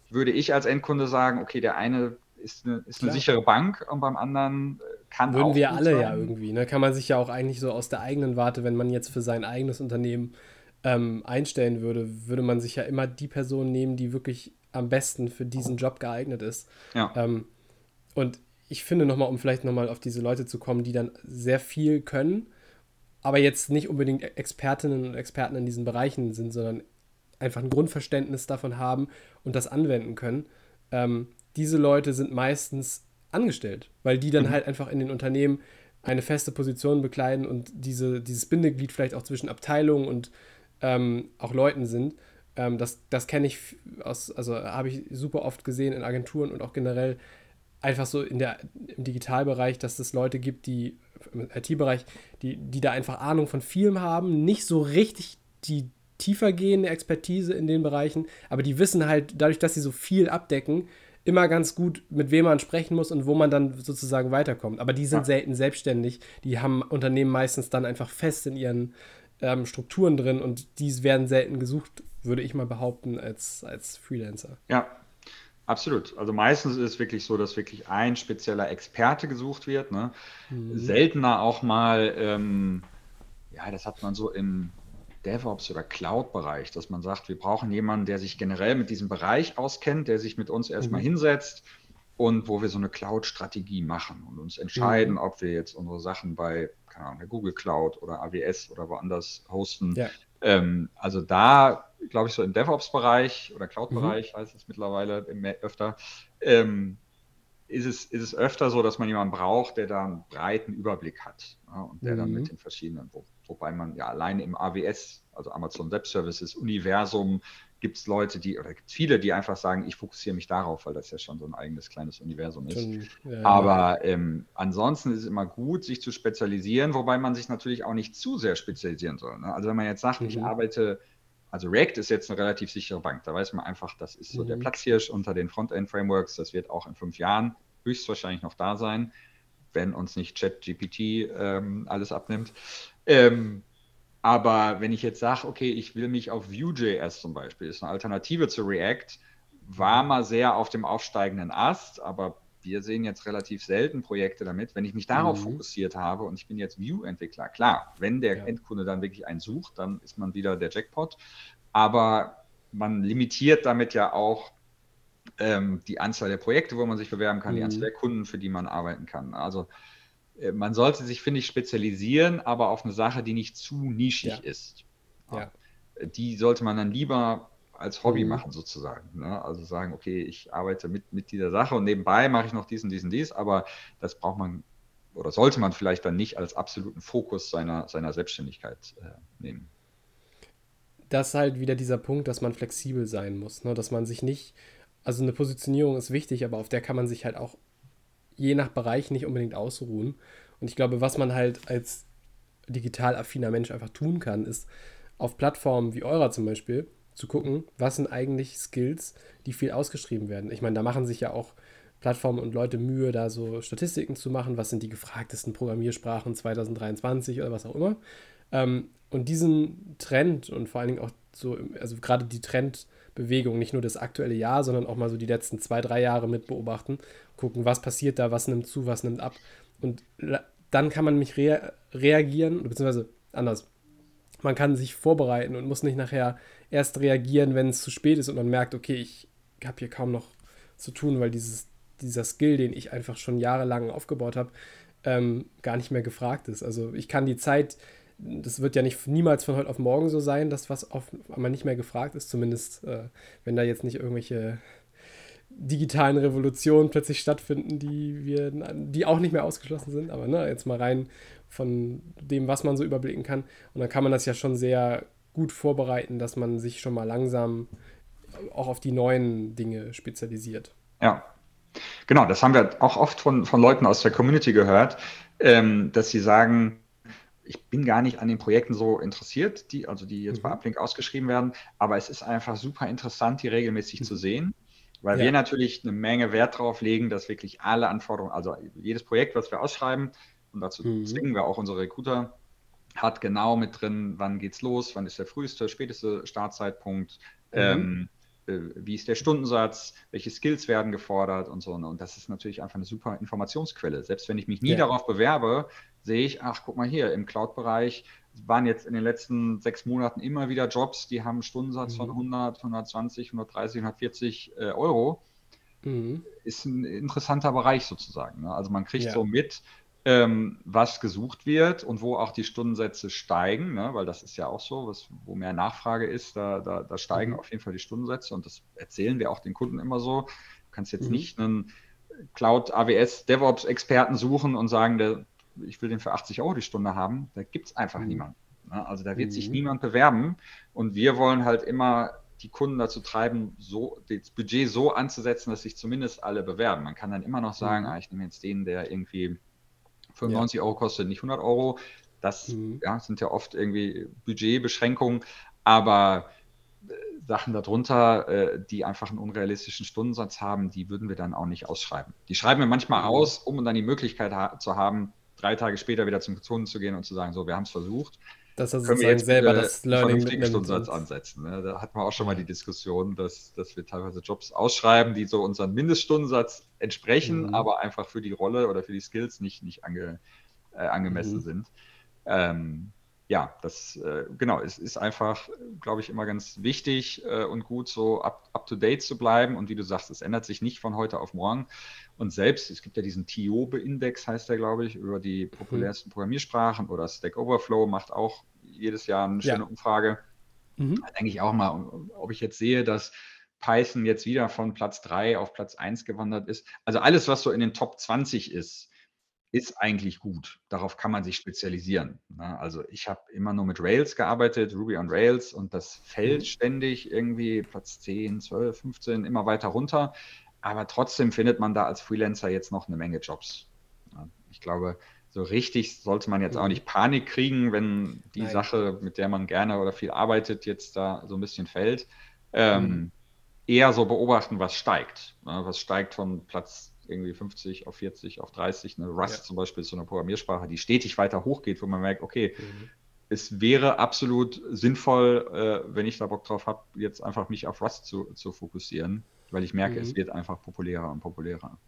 würde ich als Endkunde sagen, okay, der eine ist eine, ist eine Klar. sichere Bank und beim anderen äh, kann Würden auch wir gut alle sein. ja irgendwie, ne? Kann man sich ja auch eigentlich so aus der eigenen Warte, wenn man jetzt für sein eigenes Unternehmen ähm, einstellen würde, würde man sich ja immer die Person nehmen, die wirklich am besten für diesen Job geeignet ist. Ja, Ähm, und ich finde nochmal, um vielleicht nochmal auf diese Leute zu kommen, die dann sehr viel können, aber jetzt nicht unbedingt Expertinnen und Experten in diesen Bereichen sind, sondern einfach ein Grundverständnis davon haben und das anwenden können. Ähm, diese Leute sind meistens angestellt, weil die dann mhm. halt einfach in den Unternehmen eine feste Position bekleiden und diese, dieses Bindeglied vielleicht auch zwischen Abteilungen und ähm, auch Leuten sind. Ähm, das das kenne ich aus, also habe ich super oft gesehen in Agenturen und auch generell einfach so in der, im Digitalbereich, dass es Leute gibt, die im I T-Bereich, die, die da einfach Ahnung von vielem haben, nicht so richtig die tiefergehende Expertise in den Bereichen, aber die wissen halt, dadurch, dass sie so viel abdecken, immer ganz gut, mit wem man sprechen muss und wo man dann sozusagen weiterkommt. Aber die sind Ja. selten selbstständig. Die haben Unternehmen meistens dann einfach fest in ihren ähm, Strukturen drin und die werden selten gesucht, würde ich mal behaupten, als, als Freelancer. Ja, absolut. Also meistens ist es wirklich so, dass wirklich ein spezieller Experte gesucht wird. Ne? Mhm. Seltener auch mal, ähm, ja, das hat man so im DevOps- oder Cloud-Bereich, dass man sagt, wir brauchen jemanden, der sich generell mit diesem Bereich auskennt, der sich mit uns erstmal Mhm. hinsetzt und wo wir so eine Cloud-Strategie machen und uns entscheiden, Mhm. ob wir jetzt unsere Sachen bei, keine Ahnung, der Google Cloud oder A W S oder woanders hosten. Ja. Ähm, also da, glaube ich, so im DevOps-Bereich oder Mhm. Cloud-Bereich heißt es mittlerweile öfter, ähm, ist es, ist es öfter so, dass man jemanden braucht, der da einen breiten Überblick hat, ja, und der dann mit Mhm. den verschiedenen, wo, wobei man ja alleine im A W S, also Amazon Web Services Universum, gibt es Leute, die, oder gibt es viele, die einfach sagen, ich fokussiere mich darauf, weil das ja schon so ein eigenes kleines Universum ist. Schon, ja, ja. Aber ähm, ansonsten ist es immer gut, sich zu spezialisieren, wobei man sich natürlich auch nicht zu sehr spezialisieren soll. Ne? Also wenn man jetzt sagt, ich Mhm. arbeite, also React ist jetzt eine relativ sichere Bank, da weiß man einfach, das ist so der Mhm. Platzhirsch unter den Frontend-Frameworks, das wird auch in fünf Jahren höchstwahrscheinlich noch da sein, wenn uns nicht ChatGPT ähm, alles abnimmt. Ähm, aber wenn ich jetzt sage, okay, ich will mich auf Vue.js zum Beispiel, ist eine Alternative zu React, war mal sehr auf dem aufsteigenden Ast, aber wir sehen jetzt relativ selten Projekte damit. Wenn ich mich darauf Mhm. fokussiert habe und ich bin jetzt Vue-Entwickler, klar, wenn der Ja. Endkunde dann wirklich einen sucht, dann ist man wieder der Jackpot. Aber man limitiert damit ja auch ähm, die Anzahl der Projekte, wo man sich bewerben kann, die Anzahl Mhm. der Kunden, für die man arbeiten kann. Also äh, man sollte sich, finde ich, spezialisieren, aber auf eine Sache, die nicht zu nischig Ja. ist. Ja. Ja. Die sollte man dann lieber als Hobby Mhm. machen, sozusagen. Ne? Also sagen, okay, ich arbeite mit, mit dieser Sache und nebenbei mache ich noch diesen, diesen, dies, aber das braucht man oder sollte man vielleicht dann nicht als absoluten Fokus seiner, seiner Selbstständigkeit äh, nehmen. Das ist halt wieder dieser Punkt, dass man flexibel sein muss, ne? Dass man sich nicht, also eine Positionierung ist wichtig, aber auf der kann man sich halt auch je nach Bereich nicht unbedingt ausruhen. Und ich glaube, was man halt als digital affiner Mensch einfach tun kann, ist auf Plattformen wie eurer zum Beispiel zu gucken, was sind eigentlich Skills, die viel ausgeschrieben werden. Ich meine, da machen sich ja auch Plattformen und Leute Mühe, da so Statistiken zu machen, was sind die gefragtesten Programmiersprachen zwanzig dreiundzwanzig oder was auch immer. Ähm, und diesen Trend und vor allen Dingen auch so, also gerade die Trendbewegung, nicht nur das aktuelle Jahr, sondern auch mal so die letzten zwei, drei Jahre mit beobachten, gucken, was passiert da, was nimmt zu, was nimmt ab. Und dann kann man mich rea reagieren, beziehungsweise anders. Man kann sich vorbereiten und muss nicht nachher erst reagieren, wenn es zu spät ist und man merkt, okay, ich habe hier kaum noch zu tun, weil dieses, dieser Skill, den ich einfach schon jahrelang aufgebaut habe, ähm, gar nicht mehr gefragt ist. Also ich kann die Zeit, das wird ja nicht niemals von heute auf morgen so sein, dass was auf einmal nicht mehr gefragt ist, zumindest äh, wenn da jetzt nicht irgendwelche digitalen Revolutionen plötzlich stattfinden, die wir, die auch nicht mehr ausgeschlossen sind, aber ne, jetzt mal rein von dem, was man so überblicken kann. Und dann kann man das ja schon sehr gut vorbereiten, dass man sich schon mal langsam auch auf die neuen Dinge spezialisiert. Ja, genau, das haben wir auch oft von, von Leuten aus der Community gehört, ähm, dass sie sagen, ich bin gar nicht an den Projekten so interessiert, die, also die jetzt bei Mhm. Uplink ausgeschrieben werden, aber es ist einfach super interessant, die regelmäßig zu sehen, weil wir Ja. natürlich eine Menge Wert darauf legen, dass wirklich alle Anforderungen, also jedes Projekt, was wir ausschreiben, und dazu Mhm. zwingen wir auch unsere Recruiter, hat genau mit drin, wann geht's los, wann ist der früheste, späteste Startzeitpunkt, Mhm. ähm, äh, wie ist der Stundensatz, welche Skills werden gefordert und so. Und das ist natürlich einfach eine super Informationsquelle. Selbst wenn ich mich nie ja. darauf bewerbe, sehe ich, ach, guck mal hier, im Cloud-Bereich waren jetzt in den letzten sechs Monaten immer wieder Jobs, die haben einen Stundensatz mhm. von hundert, hundertzwanzig, hundertdreißig, hundertvierzig äh, Euro. Mhm. Ist ein interessanter Bereich sozusagen. Ne? Also man kriegt ja. so mit, ähm, was gesucht wird und wo auch die Stundensätze steigen, ne? Weil das ist ja auch so, was, wo mehr Nachfrage ist, da, da, da steigen mhm. auf jeden Fall die Stundensätze und das erzählen wir auch den Kunden immer so. Du kannst jetzt mhm. nicht einen Cloud, A W S, DevOps-Experten suchen und sagen, der, ich will den für achtzig Euro die Stunde haben. Da gibt es einfach mhm. niemanden. Ne? Also da wird mhm. sich niemand bewerben und wir wollen halt immer die Kunden dazu treiben, so das Budget so anzusetzen, dass sich zumindest alle bewerben. Man kann dann immer noch sagen, mhm. ah, ich nehme jetzt den, der irgendwie fünfundneunzig ja. Euro kostet, nicht hundert Euro. Das mhm. ja, sind ja oft irgendwie Budgetbeschränkungen, aber äh, Sachen darunter, äh, die einfach einen unrealistischen Stundensatz haben, die würden wir dann auch nicht ausschreiben. Die schreiben wir manchmal mhm. aus, um dann die Möglichkeit ha- zu haben, drei Tage später wieder zum Kunden zu gehen und zu sagen, so, wir haben es versucht. Dass er können wir jetzt selber das Learning einen vernünftigen Stundensatz ansetzen. Ne? Da hatten wir auch schon ja. mal die Diskussion, dass, dass wir teilweise Jobs ausschreiben, die so unseren Mindeststundensatz entsprechen, mhm. aber einfach für die Rolle oder für die Skills nicht, nicht ange, äh, angemessen mhm. sind. Ähm, ja, das äh, genau, es ist einfach, glaube ich, immer ganz wichtig äh, und gut, so up, up to date zu bleiben. Und wie du sagst, es ändert sich nicht von heute auf morgen. Und selbst, es gibt ja diesen T I O B E-Index, heißt der, glaube ich, über die populärsten mhm. Programmiersprachen, oder Stack Overflow macht auch jedes Jahr eine schöne ja. Umfrage. Mhm. Da denke ich auch mal, ob ich jetzt sehe, dass Python jetzt wieder von Platz drei auf Platz eins gewandert ist. Also alles, was so in den Top zwanzig ist, ist eigentlich gut. Darauf kann man sich spezialisieren. Also ich habe immer nur mit Rails gearbeitet, Ruby on Rails, und das fällt mhm. ständig irgendwie Platz zehn, zwölf, fünfzehn immer weiter runter. Aber trotzdem findet man da als Freelancer jetzt noch eine Menge Jobs. Ich glaube, so richtig sollte man jetzt mhm. auch nicht Panik kriegen, wenn die Nein. Sache, mit der man gerne oder viel arbeitet, jetzt da so ein bisschen fällt. Ähm, mhm. Eher so beobachten, was steigt. Was steigt von Platz irgendwie fünfzig auf vierzig, auf dreißig. Ne? Rust ja. zum Beispiel ist so eine Programmiersprache, die stetig weiter hochgeht, wo man merkt, okay, mhm. es wäre absolut sinnvoll, äh, wenn ich da Bock drauf habe, jetzt einfach mich auf Rust zu, zu fokussieren, weil ich merke, mhm. es wird einfach populärer und populärer.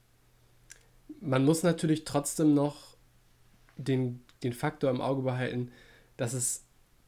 Man muss natürlich trotzdem noch den, den Faktor im Auge behalten, dass es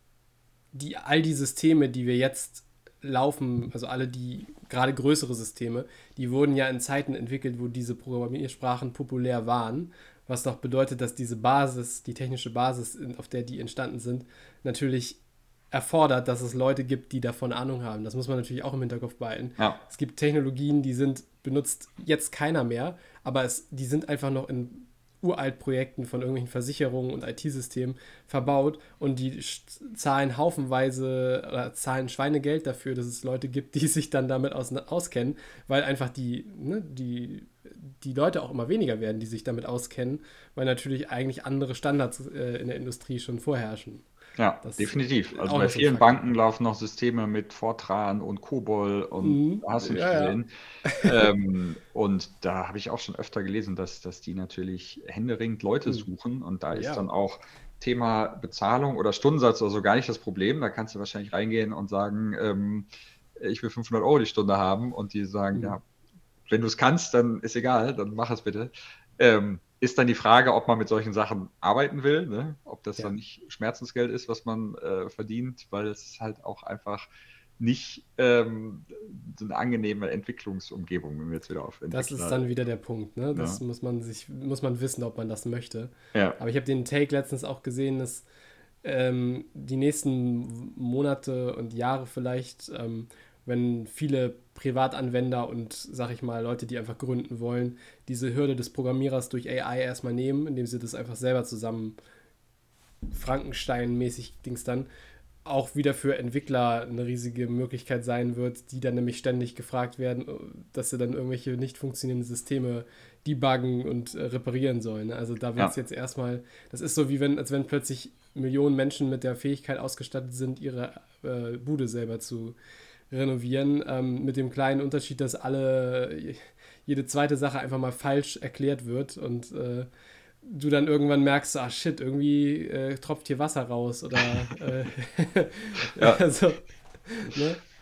die, all die Systeme, die wir jetzt laufen, also alle die gerade größere Systeme, die wurden ja in Zeiten entwickelt, wo diese Programmiersprachen populär waren, was doch bedeutet, dass diese Basis, die technische Basis, auf der die entstanden sind, natürlich erfordert, dass es Leute gibt, die davon Ahnung haben. Das muss man natürlich auch im Hinterkopf behalten. Ja. Es gibt Technologien, die sind benutzt jetzt keiner mehr, aber es, die sind einfach noch in Uralt-Projekten von irgendwelchen Versicherungen und I T-Systemen verbaut und die zahlen haufenweise oder zahlen Schweinegeld dafür, dass es Leute gibt, die sich dann damit aus, auskennen, weil einfach die, ne, die, die Leute auch immer weniger werden, die sich damit auskennen, weil natürlich eigentlich andere Standards äh, in der Industrie schon vorherrschen. Ja, das definitiv. Also bei vielen Banken laufen noch Systeme mit Fortran und COBOL und mhm. hast du nicht ja, gesehen. Ja. ähm, und da habe ich auch schon öfter gelesen, dass, dass die natürlich händeringend Leute mhm. suchen, und da ist ja. dann auch Thema Bezahlung oder Stundensatz oder so gar nicht das Problem. Da kannst du wahrscheinlich reingehen und sagen, ähm, ich will fünfhundert Euro die Stunde haben, und die sagen, mhm. ja, wenn du es kannst, dann ist egal, dann mach es bitte. Ähm, ist dann die Frage, ob man mit solchen Sachen arbeiten will, ne? Ob das ja. dann nicht Schmerzensgeld ist, was man äh, verdient, weil es halt auch einfach nicht ähm, so eine angenehme Entwicklungsumgebung, wenn wir jetzt wieder auf Entwickler... Das ist dann wieder der Punkt, ne? Das ja. muss man sich, muss man wissen, ob man das möchte. Ja. Aber ich habe den Take letztens auch gesehen, dass ähm, die nächsten Monate und Jahre vielleicht, ähm, wenn viele Privatanwender und, sag ich mal, Leute, die einfach gründen wollen, diese Hürde des Programmierers durch A I erstmal nehmen, indem sie das einfach selber zusammen Frankenstein-mäßig Dings dann, auch wieder für Entwickler eine riesige Möglichkeit sein wird, die dann nämlich ständig gefragt werden, dass sie dann irgendwelche nicht funktionierenden Systeme debuggen und äh, reparieren sollen. Also da wird es ja. jetzt erstmal, das ist so wie wenn, als wenn plötzlich Millionen Menschen mit der Fähigkeit ausgestattet sind, ihre äh, Bude selber zu renovieren, ähm, mit dem kleinen Unterschied, dass alle, jede zweite Sache einfach mal falsch erklärt wird und äh, du dann irgendwann merkst, ah shit, irgendwie äh, tropft hier Wasser raus oder äh, ja. also, ne?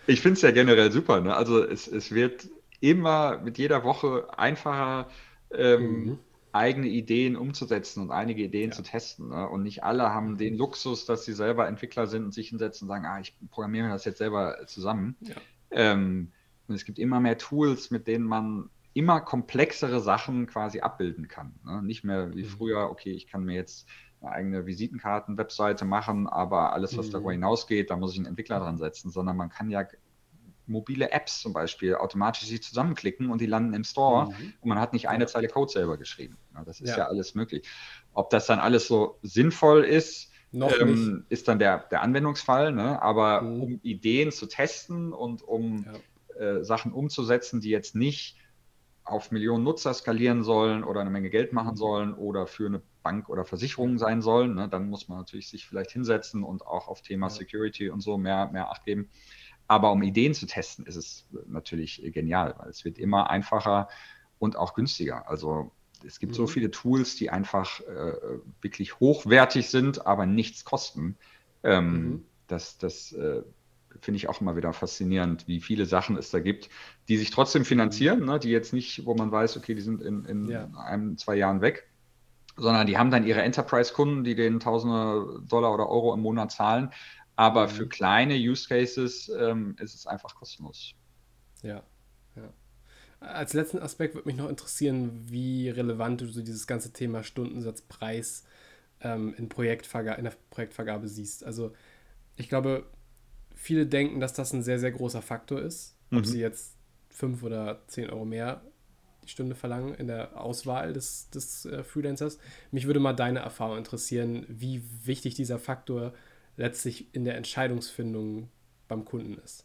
Ich finde es ja generell super. Ne? Also es, es wird immer mit jeder Woche einfacher, ähm, Mhm. eigene Ideen umzusetzen und einige Ideen Ja. zu testen. Ne? Und nicht alle haben den Luxus, dass sie selber Entwickler sind und sich hinsetzen und sagen, ah, ich programmiere mir das jetzt selber zusammen. Ja. Ähm, und es gibt immer mehr Tools, mit denen man immer komplexere Sachen quasi abbilden kann. Ne? Nicht mehr wie Mhm. früher, okay, ich kann mir jetzt eine eigene Visitenkarten-Webseite machen, aber alles, was darüber Mhm. hinausgeht, da muss ich einen Entwickler dran setzen, sondern man kann ja mobile Apps zum Beispiel automatisch sich zusammenklicken und die landen im Store Mhm. und man hat nicht eine Ja. Zeile Code selber geschrieben. Ja, das ist Ja. ja alles möglich. Ob das dann alles so sinnvoll ist, Noch nicht. ähm, ist dann der, der Anwendungsfall, ne? Aber Mhm. um Ideen zu testen und um Ja. äh, Sachen umzusetzen, die jetzt nicht auf Millionen Nutzer skalieren sollen oder eine Menge Geld machen Mhm. sollen oder für eine Bank oder Versicherung sein sollen, ne? Dann muss man natürlich sich vielleicht hinsetzen und auch auf Thema Ja. Security und so mehr, mehr Acht geben. Aber um Ideen zu testen, ist es natürlich genial, weil es wird immer einfacher und auch günstiger. Also es gibt so Mhm. viele Tools, die einfach äh, wirklich hochwertig sind, aber nichts kosten. Ähm, Mhm. Das, das äh, finde ich auch immer wieder faszinierend, wie viele Sachen es da gibt, die sich trotzdem finanzieren, ne? Die jetzt nicht, wo man weiß, okay, die sind in, in Ja. einem, zwei Jahren weg, sondern die haben dann ihre Enterprise-Kunden, die denen Tausende Dollar oder Euro im Monat zahlen. Aber für Mhm. kleine Use Cases ähm, ist es einfach kostenlos. Ja. Ja. Als letzten Aspekt würde mich noch interessieren, wie relevant du so dieses ganze Thema Stundensatzpreis ähm, in, Projektverga in der Projektvergabe siehst. Also ich glaube, viele denken, dass das ein sehr, sehr großer Faktor ist, ob Mhm. sie jetzt fünf oder zehn Euro mehr die Stunde verlangen in der Auswahl des, des äh, Freelancers. Mich würde mal deine Erfahrung interessieren, wie wichtig dieser Faktor letztlich in der Entscheidungsfindung beim Kunden ist.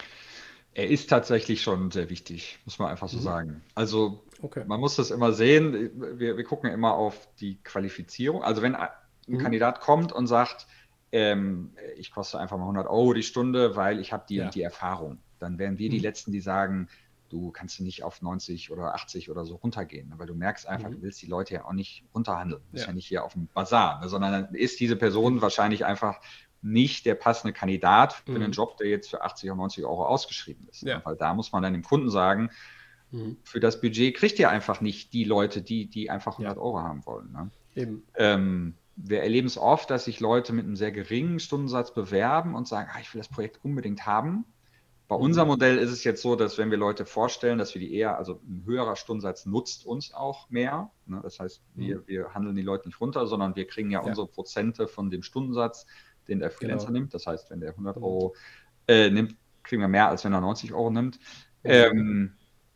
Er ist tatsächlich schon sehr wichtig, muss man einfach so Mhm. sagen. Also Okay. man muss das immer sehen. Wir, wir gucken immer auf die Qualifizierung. Also wenn ein Mhm. Kandidat kommt und sagt, ähm, ich koste einfach mal hundert Euro die Stunde, weil ich habe die Ja. und die Erfahrung, dann wären wir die Mhm. Letzten, die sagen, du kannst nicht auf neunzig oder achtzig oder so runtergehen, weil du merkst einfach, Mhm. du willst die Leute ja auch nicht runterhandeln. Du bist Ja. ja nicht hier auf dem Bazar, ne, sondern dann ist diese Person Eben. wahrscheinlich einfach nicht der passende Kandidat für einen Mhm. Job, der jetzt für achtzig oder neunzig Euro ausgeschrieben ist. Ne? Ja. Weil da muss man dann dem Kunden sagen, Mhm. für das Budget kriegt ihr einfach nicht die Leute, die, die einfach hundert Ja. Euro haben wollen. Ne? Eben. Ähm, wir erleben es oft, dass sich Leute mit einem sehr geringen Stundensatz bewerben und sagen, ah, ich will das Projekt unbedingt haben. Bei Mhm. unserem Modell ist es jetzt so, dass wenn wir Leute vorstellen, dass wir die eher, also ein höherer Stundensatz nutzt uns auch mehr. Ne? Das heißt, wir, Mhm. wir handeln die Leute nicht runter, sondern wir kriegen ja, Ja. unsere Prozente von dem Stundensatz, den der Freelancer Genau. nimmt. Das heißt, wenn der hundert Mhm. Euro äh, nimmt, kriegen wir mehr, als wenn er neunzig Euro nimmt. Mhm. Ähm,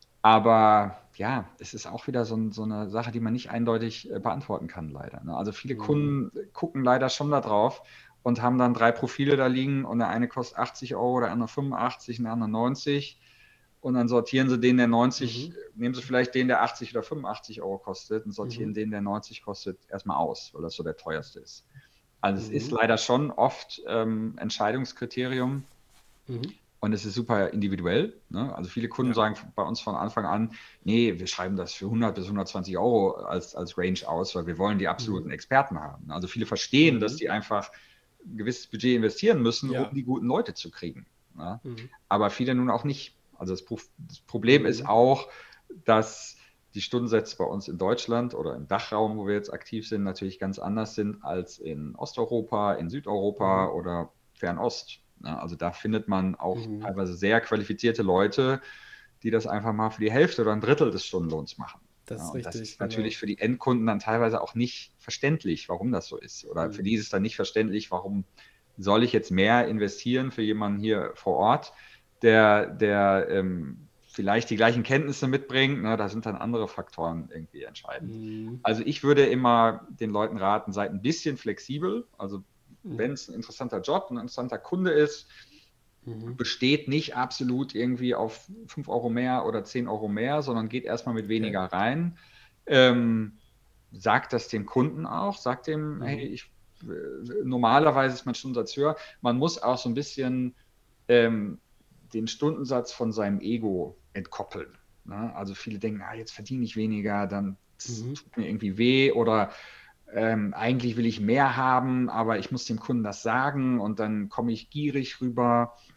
aber ja, es ist auch wieder so, so eine Sache, die man nicht eindeutig äh, beantworten kann, leider. Ne? Also viele Mhm. Kunden gucken leider schon da drauf und haben dann drei Profile da liegen und der eine kostet achtzig Euro, der andere fünfundachtzig, der andere neunzig. Und dann sortieren sie den, der neunzig, Mhm. nehmen sie vielleicht den, der achtzig oder fünfundachtzig Euro kostet und sortieren Mhm. den, der neunzig kostet, erstmal aus, weil das so der teuerste ist. Also es ist Mhm. leider schon oft ähm, Entscheidungskriterium. Mhm. Und es ist super individuell. Ne? Also viele Kunden Ja. sagen bei uns von Anfang an, nee, wir schreiben das für hundert bis hundertzwanzig Euro als, als Range aus, weil wir wollen die absoluten Mhm. Experten haben. Also viele verstehen, dass Mhm. die einfach ein gewisses Budget investieren müssen, um Ja. die guten Leute zu kriegen. Ne? Mhm. Aber viele nun auch nicht. Also das, Pro das Problem Mhm. ist auch, dass die Stundensätze bei uns in Deutschland oder im Dachraum, wo wir jetzt aktiv sind, natürlich ganz anders sind als in Osteuropa, in Südeuropa Mhm. oder Fernost. Ne? Also da findet man auch Mhm. teilweise sehr qualifizierte Leute, die das einfach mal für die Hälfte oder ein Drittel des Stundenlohns machen. Das Ja, ist und das richtig, ist genau. natürlich für die Endkunden dann teilweise auch nicht verständlich, warum das so ist. Oder für Mhm. die ist es dann nicht verständlich, warum soll ich jetzt mehr investieren für jemanden hier vor Ort, der, der ähm, vielleicht die gleichen Kenntnisse mitbringt. Ne? Da sind dann andere Faktoren irgendwie entscheidend. Mhm. Also ich würde immer den Leuten raten, seid ein bisschen flexibel. Also Mhm. wenn es ein interessanter Job, ein interessanter Kunde ist, Mhm. besteht nicht absolut irgendwie auf fünf Euro mehr oder zehn Euro mehr, sondern geht erstmal mit weniger Okay. rein. Ähm, sagt das dem Kunden auch, sagt dem, hey, Mhm. ich, normalerweise ist mein Stundensatz höher. Man muss auch so ein bisschen ähm, den Stundensatz von seinem Ego entkoppeln. Ne? Also viele denken, ah, jetzt verdiene ich weniger, dann Mhm. tut mir irgendwie weh oder ähm, eigentlich will ich mehr haben, aber ich muss dem Kunden das sagen und dann komme ich gierig rüber.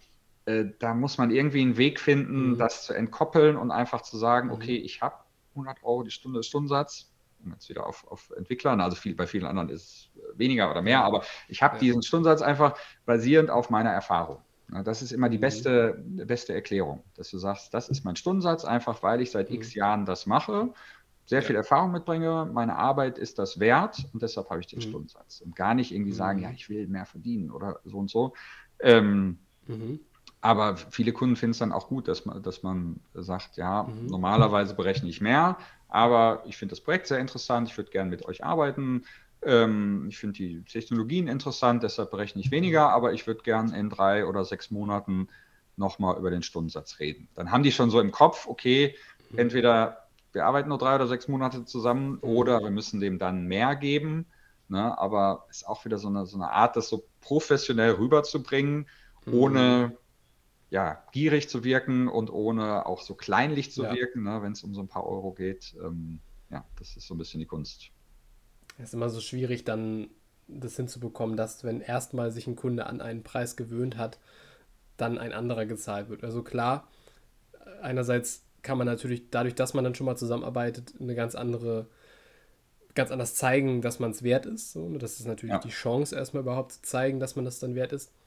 äh, da muss man irgendwie einen Weg finden, mhm. das zu entkoppeln und einfach zu sagen, mhm. okay, ich habe hundert Euro die Stunde Stundensatz, um jetzt wieder auf, auf Entwicklern, also viel, bei vielen anderen ist es weniger oder mehr, ja. aber ich habe ja. diesen Stundensatz einfach basierend auf meiner Erfahrung. Das ist immer die beste, beste Erklärung, dass du sagst, das ist mein Stundensatz, einfach weil ich seit mhm. x Jahren das mache, sehr ja. viel Erfahrung mitbringe, meine Arbeit ist das wert und deshalb habe ich den mhm. Stundensatz. Und gar nicht irgendwie mhm. sagen, ja, ich will mehr verdienen oder so und so. Ähm, mhm. Aber viele Kunden finden es dann auch gut, dass man, dass man sagt, ja, mhm. normalerweise berechne ich mehr, aber ich finde das Projekt sehr interessant, ich würde gerne mit euch arbeiten. Ich finde die Technologien interessant, deshalb berechne ich weniger, aber ich würde gern in drei oder sechs Monaten nochmal über den Stundensatz reden. Dann haben die schon so im Kopf, okay, mhm. entweder wir arbeiten nur drei oder sechs Monate zusammen mhm. oder wir müssen dem dann mehr geben. Ne? Aber es ist auch wieder so eine, so eine Art, das so professionell rüberzubringen, mhm. ohne ja, gierig zu wirken und ohne auch so kleinlich zu ja. wirken, ne? Wenn es um so ein paar Euro geht. Ähm, ja, das ist so ein bisschen die Kunst. Es ist immer so schwierig, dann das hinzubekommen, dass, wenn erstmal sich ein Kunde an einen Preis gewöhnt hat, dann ein anderer gezahlt wird. Also klar, einerseits kann man natürlich, dadurch, dass man dann schon mal zusammenarbeitet, eine ganz andere, ganz anders zeigen, dass man es wert ist. So, das ist natürlich ja. die Chance, erstmal überhaupt zu zeigen, dass man das dann wert ist.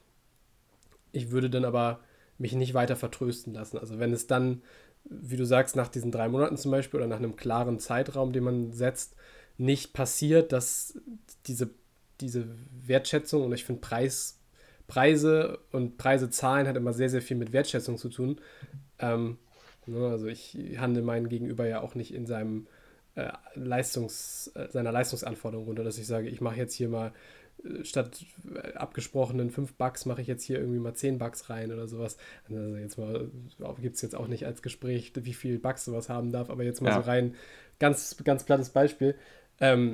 Ich würde dann aber mich nicht weiter vertrösten lassen. Also wenn es dann, wie du sagst, nach diesen drei Monaten zum Beispiel oder nach einem klaren Zeitraum, den man setzt, nicht passiert, dass diese, diese Wertschätzung, und ich finde Preis, Preise und Preise zahlen hat immer sehr, sehr viel mit Wertschätzung zu tun. Ähm, ne, also ich handle meinen Gegenüber ja auch nicht in seinem äh, Leistungs, äh, seiner Leistungsanforderung runter, dass ich sage, ich mache jetzt hier mal äh, statt abgesprochenen fünf Bucks mache ich jetzt hier irgendwie mal zehn Bucks rein oder sowas. Also jetzt mal, gibt es jetzt auch nicht als Gespräch, wie viel Bucks sowas haben darf, aber jetzt mal ja. so rein, ganz, ganz plattes Beispiel. Ähm,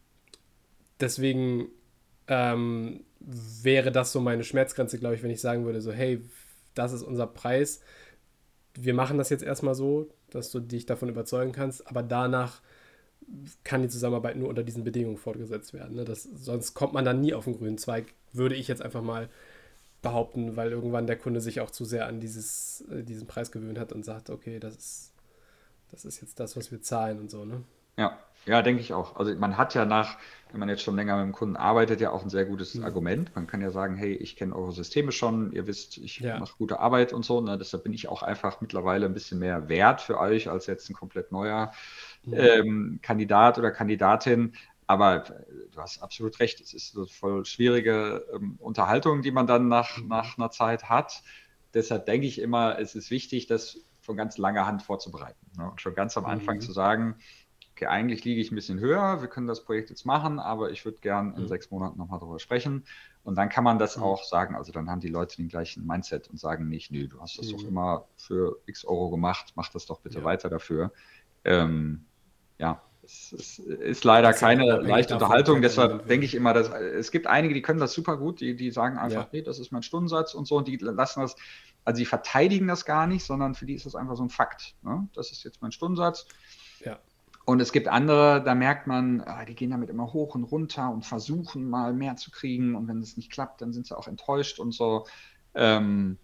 deswegen ähm, wäre das so meine Schmerzgrenze, glaube ich, wenn ich sagen würde, so hey, das ist unser Preis, wir machen das jetzt erstmal so, dass du dich davon überzeugen kannst, aber danach kann die Zusammenarbeit nur unter diesen Bedingungen fortgesetzt werden. Ne? Das, sonst kommt man dann nie auf den grünen Zweig, würde ich jetzt einfach mal behaupten, weil irgendwann der Kunde sich auch zu sehr an dieses, äh, diesen Preis gewöhnt hat und sagt, okay, das ist, das ist jetzt das, was wir zahlen und so, ne? Ja, ja, denke ich auch. Also man hat ja nach, wenn man jetzt schon länger mit dem Kunden arbeitet, ja auch ein sehr gutes mhm. Argument. Man kann ja sagen, hey, ich kenne eure Systeme schon, ihr wisst, ich ja. mache gute Arbeit und so. Ne? Deshalb bin ich auch einfach mittlerweile ein bisschen mehr wert für euch als jetzt ein komplett neuer mhm. ähm, Kandidat oder Kandidatin. Aber du hast absolut recht, es ist eine voll schwierige ähm, Unterhaltung, die man dann nach, mhm. nach einer Zeit hat. Deshalb denke ich immer, es ist wichtig, das von ganz langer Hand vorzubereiten. Ne? Und schon ganz am Anfang mhm. zu sagen, okay, eigentlich liege ich ein bisschen höher, wir können das Projekt jetzt machen, aber ich würde gern in mhm. sechs Monaten nochmal darüber sprechen. Und dann kann man das mhm. auch sagen, also dann haben die Leute den gleichen Mindset und sagen nicht, nö, du hast das mhm. doch immer für x Euro gemacht, mach das doch bitte ja. weiter dafür. Ähm, ja, es, es ist leider das keine ja leichte Unterhaltung, deshalb denke ich immer, dass es gibt einige, die können das super gut, die, die sagen einfach, ja. nee, das ist mein Stundensatz und so, und die lassen das, also die verteidigen das gar nicht, sondern für die ist das einfach so ein Fakt. Ne? Das ist jetzt mein Stundensatz. Ja. Und es gibt andere, da merkt man, ah, die gehen damit immer hoch und runter und versuchen mal mehr zu kriegen. Und wenn es nicht klappt, dann sind sie auch enttäuscht und so. Ähm,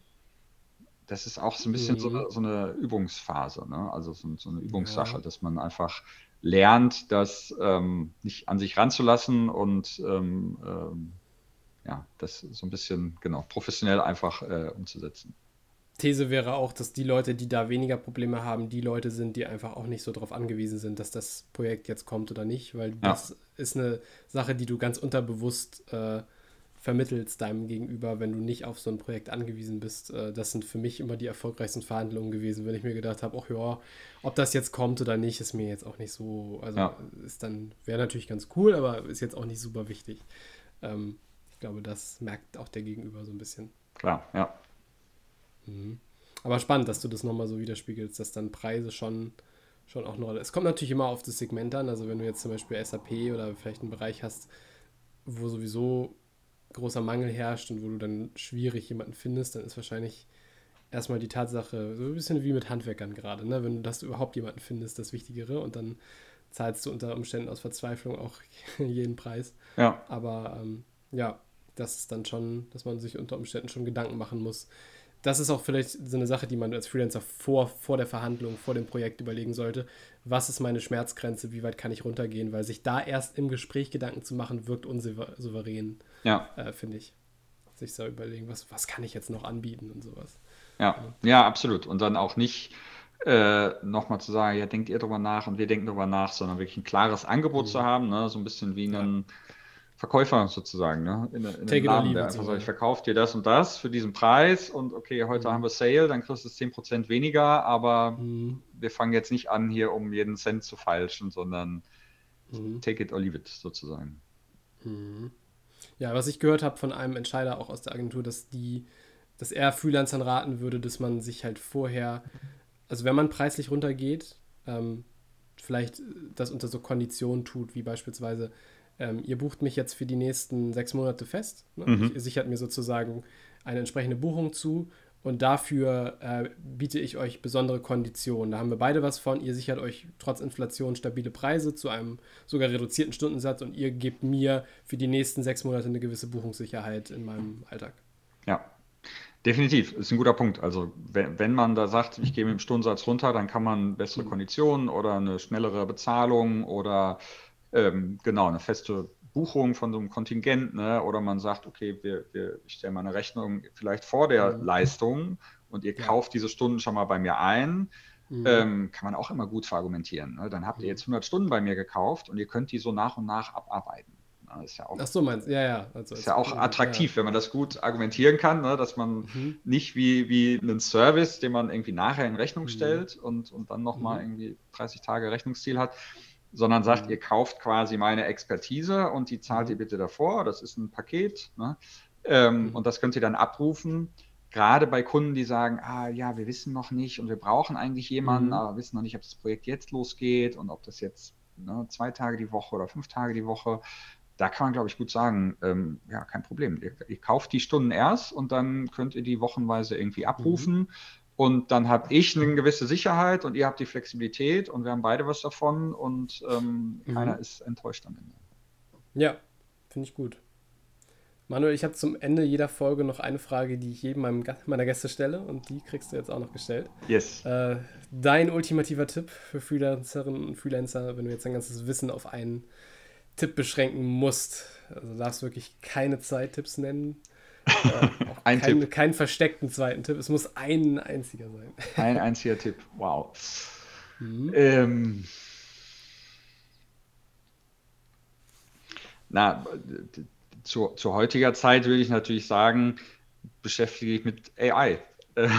das ist auch so ein bisschen mhm. so, eine, so eine Übungsphase, ne? Also so, so eine Übungssache, ja. dass man einfach lernt, das ähm, nicht an sich ranzulassen und ähm, ähm, ja, das so ein bisschen genau professionell einfach äh, umzusetzen. These wäre auch, dass die Leute, die da weniger Probleme haben, die Leute sind, die einfach auch nicht so darauf angewiesen sind, dass das Projekt jetzt kommt oder nicht, weil ja. das ist eine Sache, die du ganz unterbewusst äh, vermittelst deinem Gegenüber, wenn du nicht auf so ein Projekt angewiesen bist. Äh, das sind für mich immer die erfolgreichsten Verhandlungen gewesen, wenn ich mir gedacht habe, ach ja, ob das jetzt kommt oder nicht, ist mir jetzt auch nicht so, also ja. ist dann, wäre natürlich ganz cool, aber ist jetzt auch nicht super wichtig. Ähm, ich glaube, das merkt auch der Gegenüber so ein bisschen. Klar, ja. Aber spannend, dass du das nochmal so widerspiegelst, dass dann Preise schon, schon auch eine Rolle. Es kommt natürlich immer auf das Segment an, also wenn du jetzt zum Beispiel S A P oder vielleicht einen Bereich hast, wo sowieso großer Mangel herrscht und wo du dann schwierig jemanden findest, dann ist wahrscheinlich erstmal die Tatsache, so ein bisschen wie mit Handwerkern gerade, ne? Wenn du das überhaupt jemanden findest, das Wichtigere, und dann zahlst du unter Umständen aus Verzweiflung auch jeden Preis. Ja. Aber ähm, ja, das ist dann schon, dass man sich unter Umständen schon Gedanken machen muss, das ist auch vielleicht so eine Sache, die man als Freelancer vor, vor der Verhandlung, vor dem Projekt überlegen sollte. Was ist meine Schmerzgrenze? Wie weit kann ich runtergehen? Weil sich da erst im Gespräch Gedanken zu machen, wirkt unsouverän, ja. äh, finde ich. Sich so überlegen, was, was kann ich jetzt noch anbieten und sowas. Ja, ja, absolut. Und dann auch nicht äh, nochmal zu sagen, ja, denkt ihr drüber nach und wir denken drüber nach, sondern wirklich ein klares Angebot mhm. zu haben, ne? So ein bisschen wie ja. ein Verkäufer sozusagen, ne? In, in einem Laden, der einfach sagt, ich verkaufe dir das und das für diesen Preis und okay, heute mhm. haben wir Sale, dann kriegst du zehn Prozent weniger, aber mhm. wir fangen jetzt nicht an, hier um jeden Cent zu feilschen, sondern mhm. take it or leave it sozusagen. Mhm. Ja, was ich gehört habe von einem Entscheider auch aus der Agentur, dass die, dass er Freelancern raten würde, dass man sich halt vorher, also wenn man preislich runtergeht, ähm, vielleicht das unter so Konditionen tut, wie beispielsweise Ähm, ihr bucht mich jetzt für die nächsten sechs Monate fest. Ne? Mhm. Ihr sichert mir sozusagen eine entsprechende Buchung zu und dafür äh, biete ich euch besondere Konditionen. Da haben wir beide was von. Ihr sichert euch trotz Inflation stabile Preise zu einem sogar reduzierten Stundensatz und ihr gebt mir für die nächsten sechs Monate eine gewisse Buchungssicherheit in meinem Alltag. Ja, definitiv. Das ist ein guter Punkt. Also wenn, wenn man da sagt, ich gehe mit dem Stundensatz runter, dann kann man bessere mhm. Konditionen oder eine schnellere Bezahlung oder Ähm, genau, eine feste Buchung von so einem Kontingent, ne? Oder man sagt, okay, wir, wir, ich stelle mal eine Rechnung vielleicht vor der mhm. Leistung und ihr ja. kauft diese Stunden schon mal bei mir ein, mhm. ähm, kann man auch immer gut verargumentieren. Ne? Dann habt ihr jetzt hundert Stunden bei mir gekauft und ihr könnt die so nach und nach abarbeiten. Das ist ja auch, Ach so, meinst du? Ja, ja. Also ist ja auch attraktiv, ja. wenn man das gut argumentieren kann, ne? Dass man mhm. nicht wie, wie einen Service, den man irgendwie nachher in Rechnung mhm. stellt und, und dann nochmal mhm. irgendwie dreißig Tage Rechnungsziel hat, sondern sagt, mhm. ihr kauft quasi meine Expertise und die zahlt mhm. ihr bitte davor. Das ist ein Paket. Ne? Ähm, mhm. Und das könnt ihr dann abrufen. Gerade bei Kunden, die sagen, ah ja, wir wissen noch nicht und wir brauchen eigentlich jemanden, mhm. aber wissen noch nicht, ob das Projekt jetzt losgeht und ob das jetzt ne, zwei Tage die Woche oder fünf Tage die Woche. Da kann man, glaube ich, gut sagen, ähm, ja, kein Problem. Ihr, ihr kauft die Stunden erst und dann könnt ihr die wochenweise irgendwie abrufen. Mhm. Und dann habe ich eine gewisse Sicherheit und ihr habt die Flexibilität und wir haben beide was davon und ähm, mhm. keiner ist enttäuscht am Ende. Ja, finde ich gut. Manuel, ich habe zum Ende jeder Folge noch eine Frage, die ich jedem meinem, meiner Gäste stelle und die kriegst du jetzt auch noch gestellt. Yes. Äh, dein ultimativer Tipp für Freelancerinnen und Freelancer, wenn du jetzt dein ganzes Wissen auf einen Tipp beschränken musst. Also du darfst wirklich keine Zeittipps nennen. Äh, auch ein kein, Tipp. Keinen versteckten zweiten Tipp. Es muss ein einziger sein. Ein einziger Tipp. Wow. Mhm. Ähm, na, zu, zu heutiger Zeit würde ich natürlich sagen, beschäftige dich mit A I.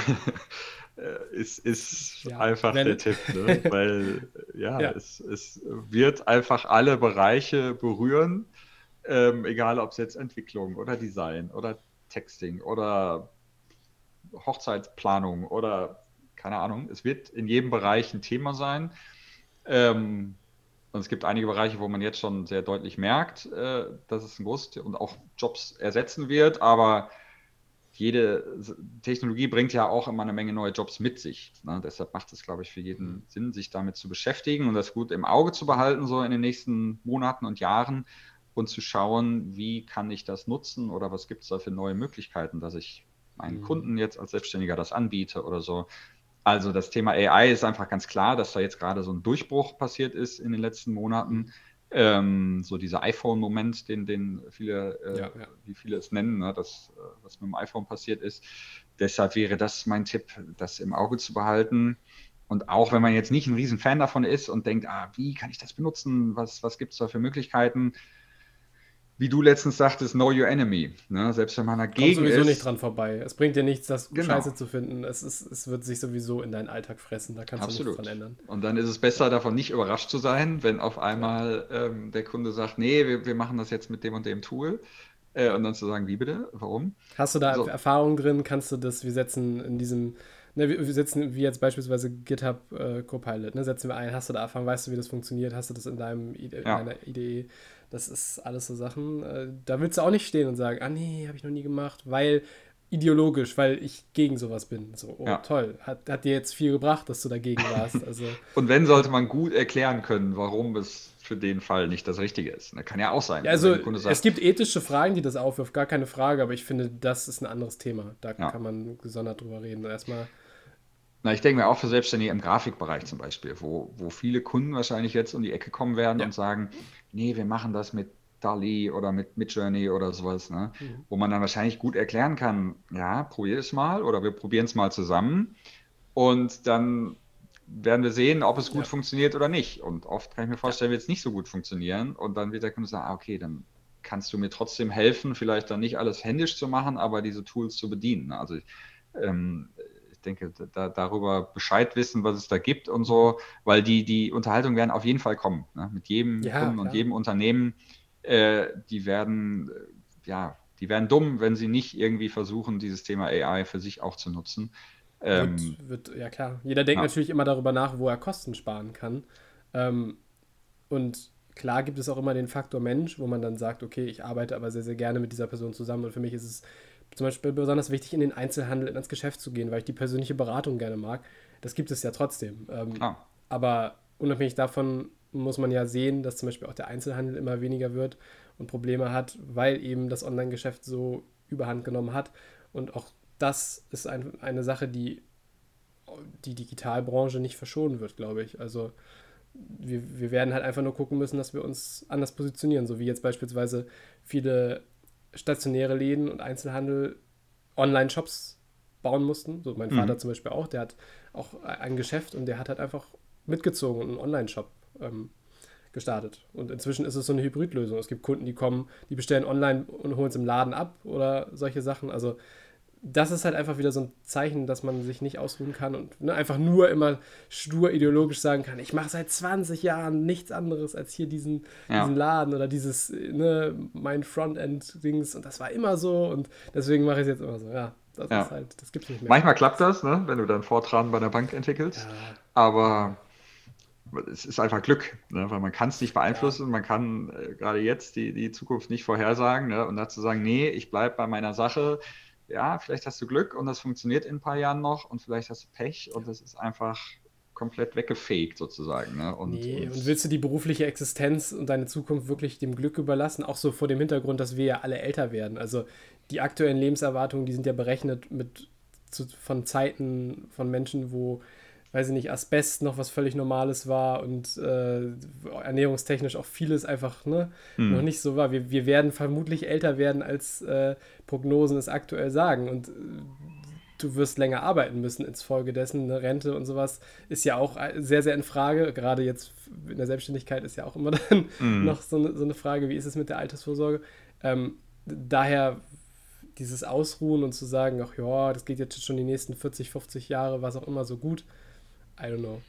ist ist ja, einfach wenn. der Tipp, ne? Weil ja, ja. Es, es wird einfach alle Bereiche berühren, ähm, egal ob es jetzt Entwicklung oder Design oder Texting oder Hochzeitsplanung oder keine Ahnung. Es wird in jedem Bereich ein Thema sein. Ähm, und es gibt einige Bereiche, wo man jetzt schon sehr deutlich merkt, äh, dass es ein großes und auch Jobs ersetzen wird. Aber jede Technologie bringt ja auch immer eine Menge neue Jobs mit sich. Ne? Deshalb macht es, glaube ich, für jeden mhm. Sinn, sich damit zu beschäftigen und das gut im Auge zu behalten, so in den nächsten Monaten und Jahren. Und zu schauen, wie kann ich das nutzen oder was gibt es da für neue Möglichkeiten, dass ich meinen mhm. Kunden jetzt als Selbstständiger das anbiete oder so. Also das Thema A I ist einfach ganz klar, dass da jetzt gerade so ein Durchbruch passiert ist in den letzten Monaten. Ähm, so dieser iPhone-Moment, den, den viele, äh, ja, ja. wie viele es nennen, ne, das, was mit dem iPhone passiert ist. Deshalb wäre das mein Tipp, das im Auge zu behalten. Und auch wenn man jetzt nicht ein riesen Fan davon ist und denkt, ah, wie kann ich das benutzen? Was, was gibt es da für Möglichkeiten? Wie du letztens sagtest, know your enemy. Ne? Selbst wenn man dagegen ist. Kommt sowieso ist, nicht dran vorbei. Es bringt dir nichts, das genau. Scheiße zu finden. Es, ist, es wird sich sowieso in deinen Alltag fressen. Da kannst Absolut. Du nichts dran ändern. Und dann ist es besser, davon nicht überrascht zu sein, wenn auf einmal ja. ähm, der Kunde sagt, nee, wir, wir machen das jetzt mit dem und dem Tool. Äh, und dann zu sagen, wie bitte? Warum? Hast du da so. Erfahrung drin? Kannst du das, wir setzen in diesem, ne, wir setzen wie jetzt beispielsweise GitHub äh, Copilot, ne, setzen wir ein, hast du da Erfahrung, weißt du, wie das funktioniert? Hast du das in deinem in ja. deiner Idee? Das ist alles so Sachen, äh, da willst du auch nicht stehen und sagen, ah nee, habe ich noch nie gemacht, weil ideologisch, weil ich gegen sowas bin. So, oh Ja. toll, hat, hat dir jetzt viel gebracht, dass du dagegen warst. Also, Und wenn, sollte man gut erklären können, warum es für den Fall nicht das Richtige ist. Das kann ja auch sein. ja, also wenn ein Kunde sagt, es gibt ethische Fragen, die das aufwirft, gar keine Frage, aber ich finde, das ist ein anderes Thema. Da Ja. kann man gesondert drüber reden. Erstmal, Na, ich denke mir auch für Selbstständige im Grafikbereich zum Beispiel, wo, wo viele Kunden wahrscheinlich jetzt um die Ecke kommen werden Ja. und sagen, nee, wir machen das mit DALL-E oder mit Midjourney oder sowas, ne? Mhm. Wo man dann wahrscheinlich gut erklären kann, ja, probier es mal oder wir probieren es mal zusammen und dann werden wir sehen, ob es gut Ja. funktioniert oder nicht. Und oft kann ich mir vorstellen, wird es nicht so gut funktionieren und dann wird der Kunde sagen, ah, okay, dann kannst du mir trotzdem helfen, vielleicht dann nicht alles händisch zu machen, aber diese Tools zu bedienen. Also ähm, ich denke, da, darüber Bescheid wissen, was es da gibt und so, weil die, die Unterhaltungen werden auf jeden Fall kommen. Ne? Mit jedem Ja, Kunden klar. und jedem Unternehmen, äh, die werden, äh, ja, die werden dumm, wenn sie nicht irgendwie versuchen, dieses Thema A I für sich auch zu nutzen. Ähm, wird, wird, ja klar. Jeder denkt ja. natürlich immer darüber nach, wo er Kosten sparen kann. Ähm, und klar gibt es auch immer den Faktor Mensch, wo man dann sagt, okay, ich arbeite aber sehr, sehr gerne mit dieser Person zusammen und für mich ist es zum Beispiel besonders wichtig, in den Einzelhandel, ins Geschäft zu gehen, weil ich die persönliche Beratung gerne mag. Das gibt es ja trotzdem. Ähm, Klar. aber unabhängig davon muss man ja sehen, dass zum Beispiel auch der Einzelhandel immer weniger wird und Probleme hat, weil eben das Online-Geschäft so überhand genommen hat. Und auch das ist ein, eine Sache, die die Digitalbranche nicht verschonen wird, glaube ich. Also wir, wir werden halt einfach nur gucken müssen, dass wir uns anders positionieren, so wie jetzt beispielsweise viele stationäre Läden und Einzelhandel Online-Shops bauen mussten. So mein Vater Mhm. zum Beispiel auch, der hat auch ein Geschäft und der hat halt einfach mitgezogen und einen Online-Shop ähm, gestartet. Und inzwischen ist es so eine Hybridlösung. Es gibt Kunden, die kommen, die bestellen online und holen es im Laden ab oder solche Sachen. Also das ist halt einfach wieder so ein Zeichen, dass man sich nicht ausruhen kann und ne, einfach nur immer stur ideologisch sagen kann, ich mache seit zwanzig Jahren nichts anderes als hier diesen, Ja. diesen Laden oder dieses, ne, mein Frontend-Dings und das war immer so und deswegen mache ich es jetzt immer so. Ja, das Ja. ist halt, das gibt's nicht mehr. Manchmal klappt das, ne, wenn du dann Vortragen bei der Bank entwickelst, Ja. aber es ist einfach Glück, ne, weil man kann es nicht beeinflussen, man kann äh, gerade jetzt die, die Zukunft nicht vorhersagen, ne, und dazu sagen, nee, ich bleibe bei meiner Sache, ja, vielleicht hast du Glück und das funktioniert in ein paar Jahren noch und vielleicht hast du Pech und das ist einfach komplett weggefegt sozusagen. Ne? Und, Nee, und, und willst du die berufliche Existenz und deine Zukunft wirklich dem Glück überlassen? Auch so vor dem Hintergrund, dass wir ja alle älter werden. Also die aktuellen Lebenserwartungen, die sind ja berechnet mit zu, von Zeiten von Menschen, wo, weiß ich nicht, Asbest noch was völlig Normales war und äh, ernährungstechnisch auch vieles einfach ne, Hm. noch nicht so war. Wir, wir werden vermutlich älter werden, als äh, Prognosen es aktuell sagen. Und äh, du wirst länger arbeiten müssen ins Folge dessen. Eine Rente und sowas ist ja auch sehr, sehr in Frage. Gerade jetzt in der Selbstständigkeit ist ja auch immer dann Mhm. noch so eine, so eine Frage, wie ist es mit der Altersvorsorge? Ähm, daher dieses Ausruhen und zu sagen, ach ja, das geht jetzt schon die nächsten vierzig, fünfzig Jahre, was auch immer so gut. I don't know.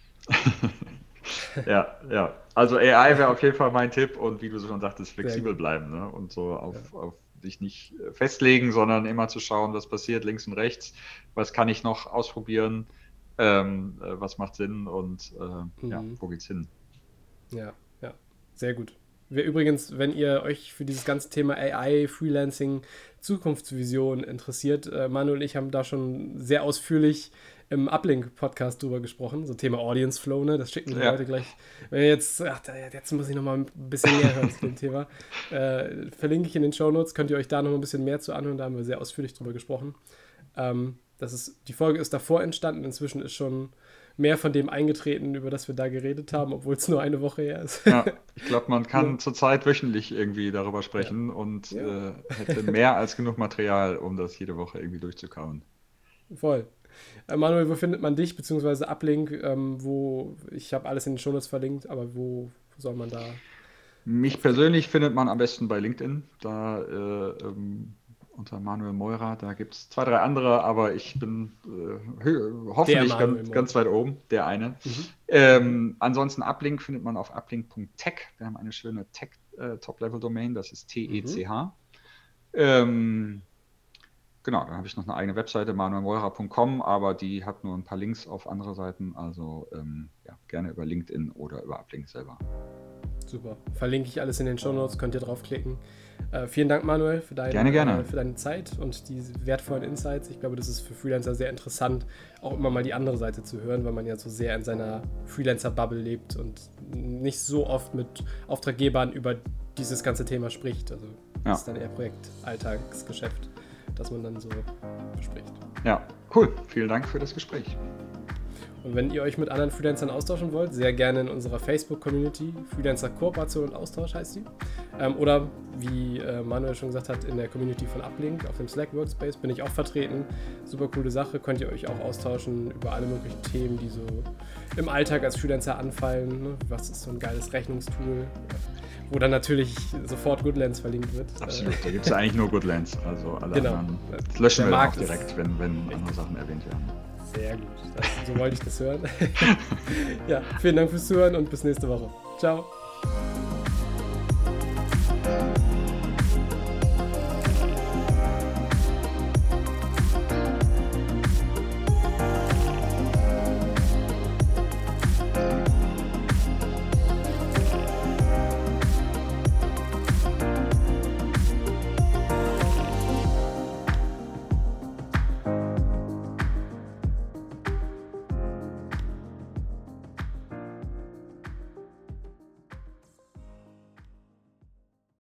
Ja, ja. Also A I wäre auf jeden Fall mein Tipp und wie du schon sagtest, flexibel gut. bleiben, ne? Und so auf, auf sich nicht äh, festlegen, sondern immer zu schauen, was passiert links und rechts, was kann ich noch ausprobieren, ähm, äh, was macht Sinn und äh, ja, Mhm. wo geht's hin? Ja, ja, sehr gut. Wir übrigens, wenn ihr euch für dieses ganze Thema A I, Freelancing, Zukunftsvision interessiert, äh, Manu und ich haben da schon sehr ausführlich im Uplink-Podcast drüber gesprochen, so Thema Audience Flow, ne? Das schicken die Ja. Leute gleich. Wenn ihr jetzt, ach, da- jetzt muss ich noch mal ein bisschen mehr hören zu dem Thema, äh, verlinke ich in den Shownotes, könnt ihr euch da noch ein bisschen mehr zu anhören, da haben wir sehr ausführlich drüber gesprochen. Ähm, das ist, die Folge ist davor entstanden, inzwischen ist schon mehr von dem eingetreten, über das wir da geredet haben, obwohl es nur eine Woche her ist. Ja, ich glaube, man kann Ja. zurzeit wöchentlich irgendwie darüber sprechen und Ja. äh, hätte mehr als genug Material, um das jede Woche irgendwie durchzukauen. Voll. Äh, Manuel, wo findet man dich, beziehungsweise Uplink, ähm, wo, ich habe alles in den Shownotes verlinkt, aber wo soll man da? Mich persönlich findet man am besten bei LinkedIn, da äh, ähm, unter Manuel Meurer, da gibt es zwei, drei andere, aber ich bin äh, hö- hoffentlich Manuel ganz, Meurer. ganz weit oben, der eine. Mhm. Ähm, ansonsten Uplink findet man auf uplink punkt tech. Wir haben eine schöne Tech-Top-Level-Domain, das ist T E C H. Ähm, genau, dann habe ich noch eine eigene Webseite, manuel meurer punkt com, aber die hat nur ein paar Links auf andere Seiten, also ähm, ja, gerne über LinkedIn oder über Uplink selber. Super. Verlinke ich alles in den Shownotes, könnt ihr draufklicken. Äh, vielen Dank, Manuel, für, dein, gerne, gerne. Äh, für deine Zeit und die wertvollen Insights. Ich glaube, das ist für Freelancer sehr interessant, auch immer mal die andere Seite zu hören, weil man ja so sehr in seiner Freelancer-Bubble lebt und nicht so oft mit Auftraggebern über dieses ganze Thema spricht. Also das ja. ist dann eher Projekt-Alltagsgeschäft, das man dann so bespricht. Ja, cool. Vielen Dank für das Gespräch. Und wenn ihr euch mit anderen Freelancern austauschen wollt, sehr gerne in unserer Facebook-Community, Freelancer Kooperation und Austausch heißt die. Ähm, oder wie äh, Manuel schon gesagt hat, in der Community von Uplink auf dem Slack-Workspace bin ich auch vertreten. Super coole Sache, könnt ihr euch auch austauschen über alle möglichen Themen, die so im Alltag als Freelancer anfallen. Ne? Was ist so ein geiles Rechnungstool, wo dann natürlich sofort Goodlands verlinkt wird. Absolut, da gibt es ja eigentlich nur Goodlands. Also alle genau. anderen das löschen der wir Markt auch direkt, wenn, wenn andere Sachen erwähnt werden. Sehr gut, das, so wollte ich das hören. Ja, vielen Dank fürs Zuhören und bis nächste Woche. Ciao.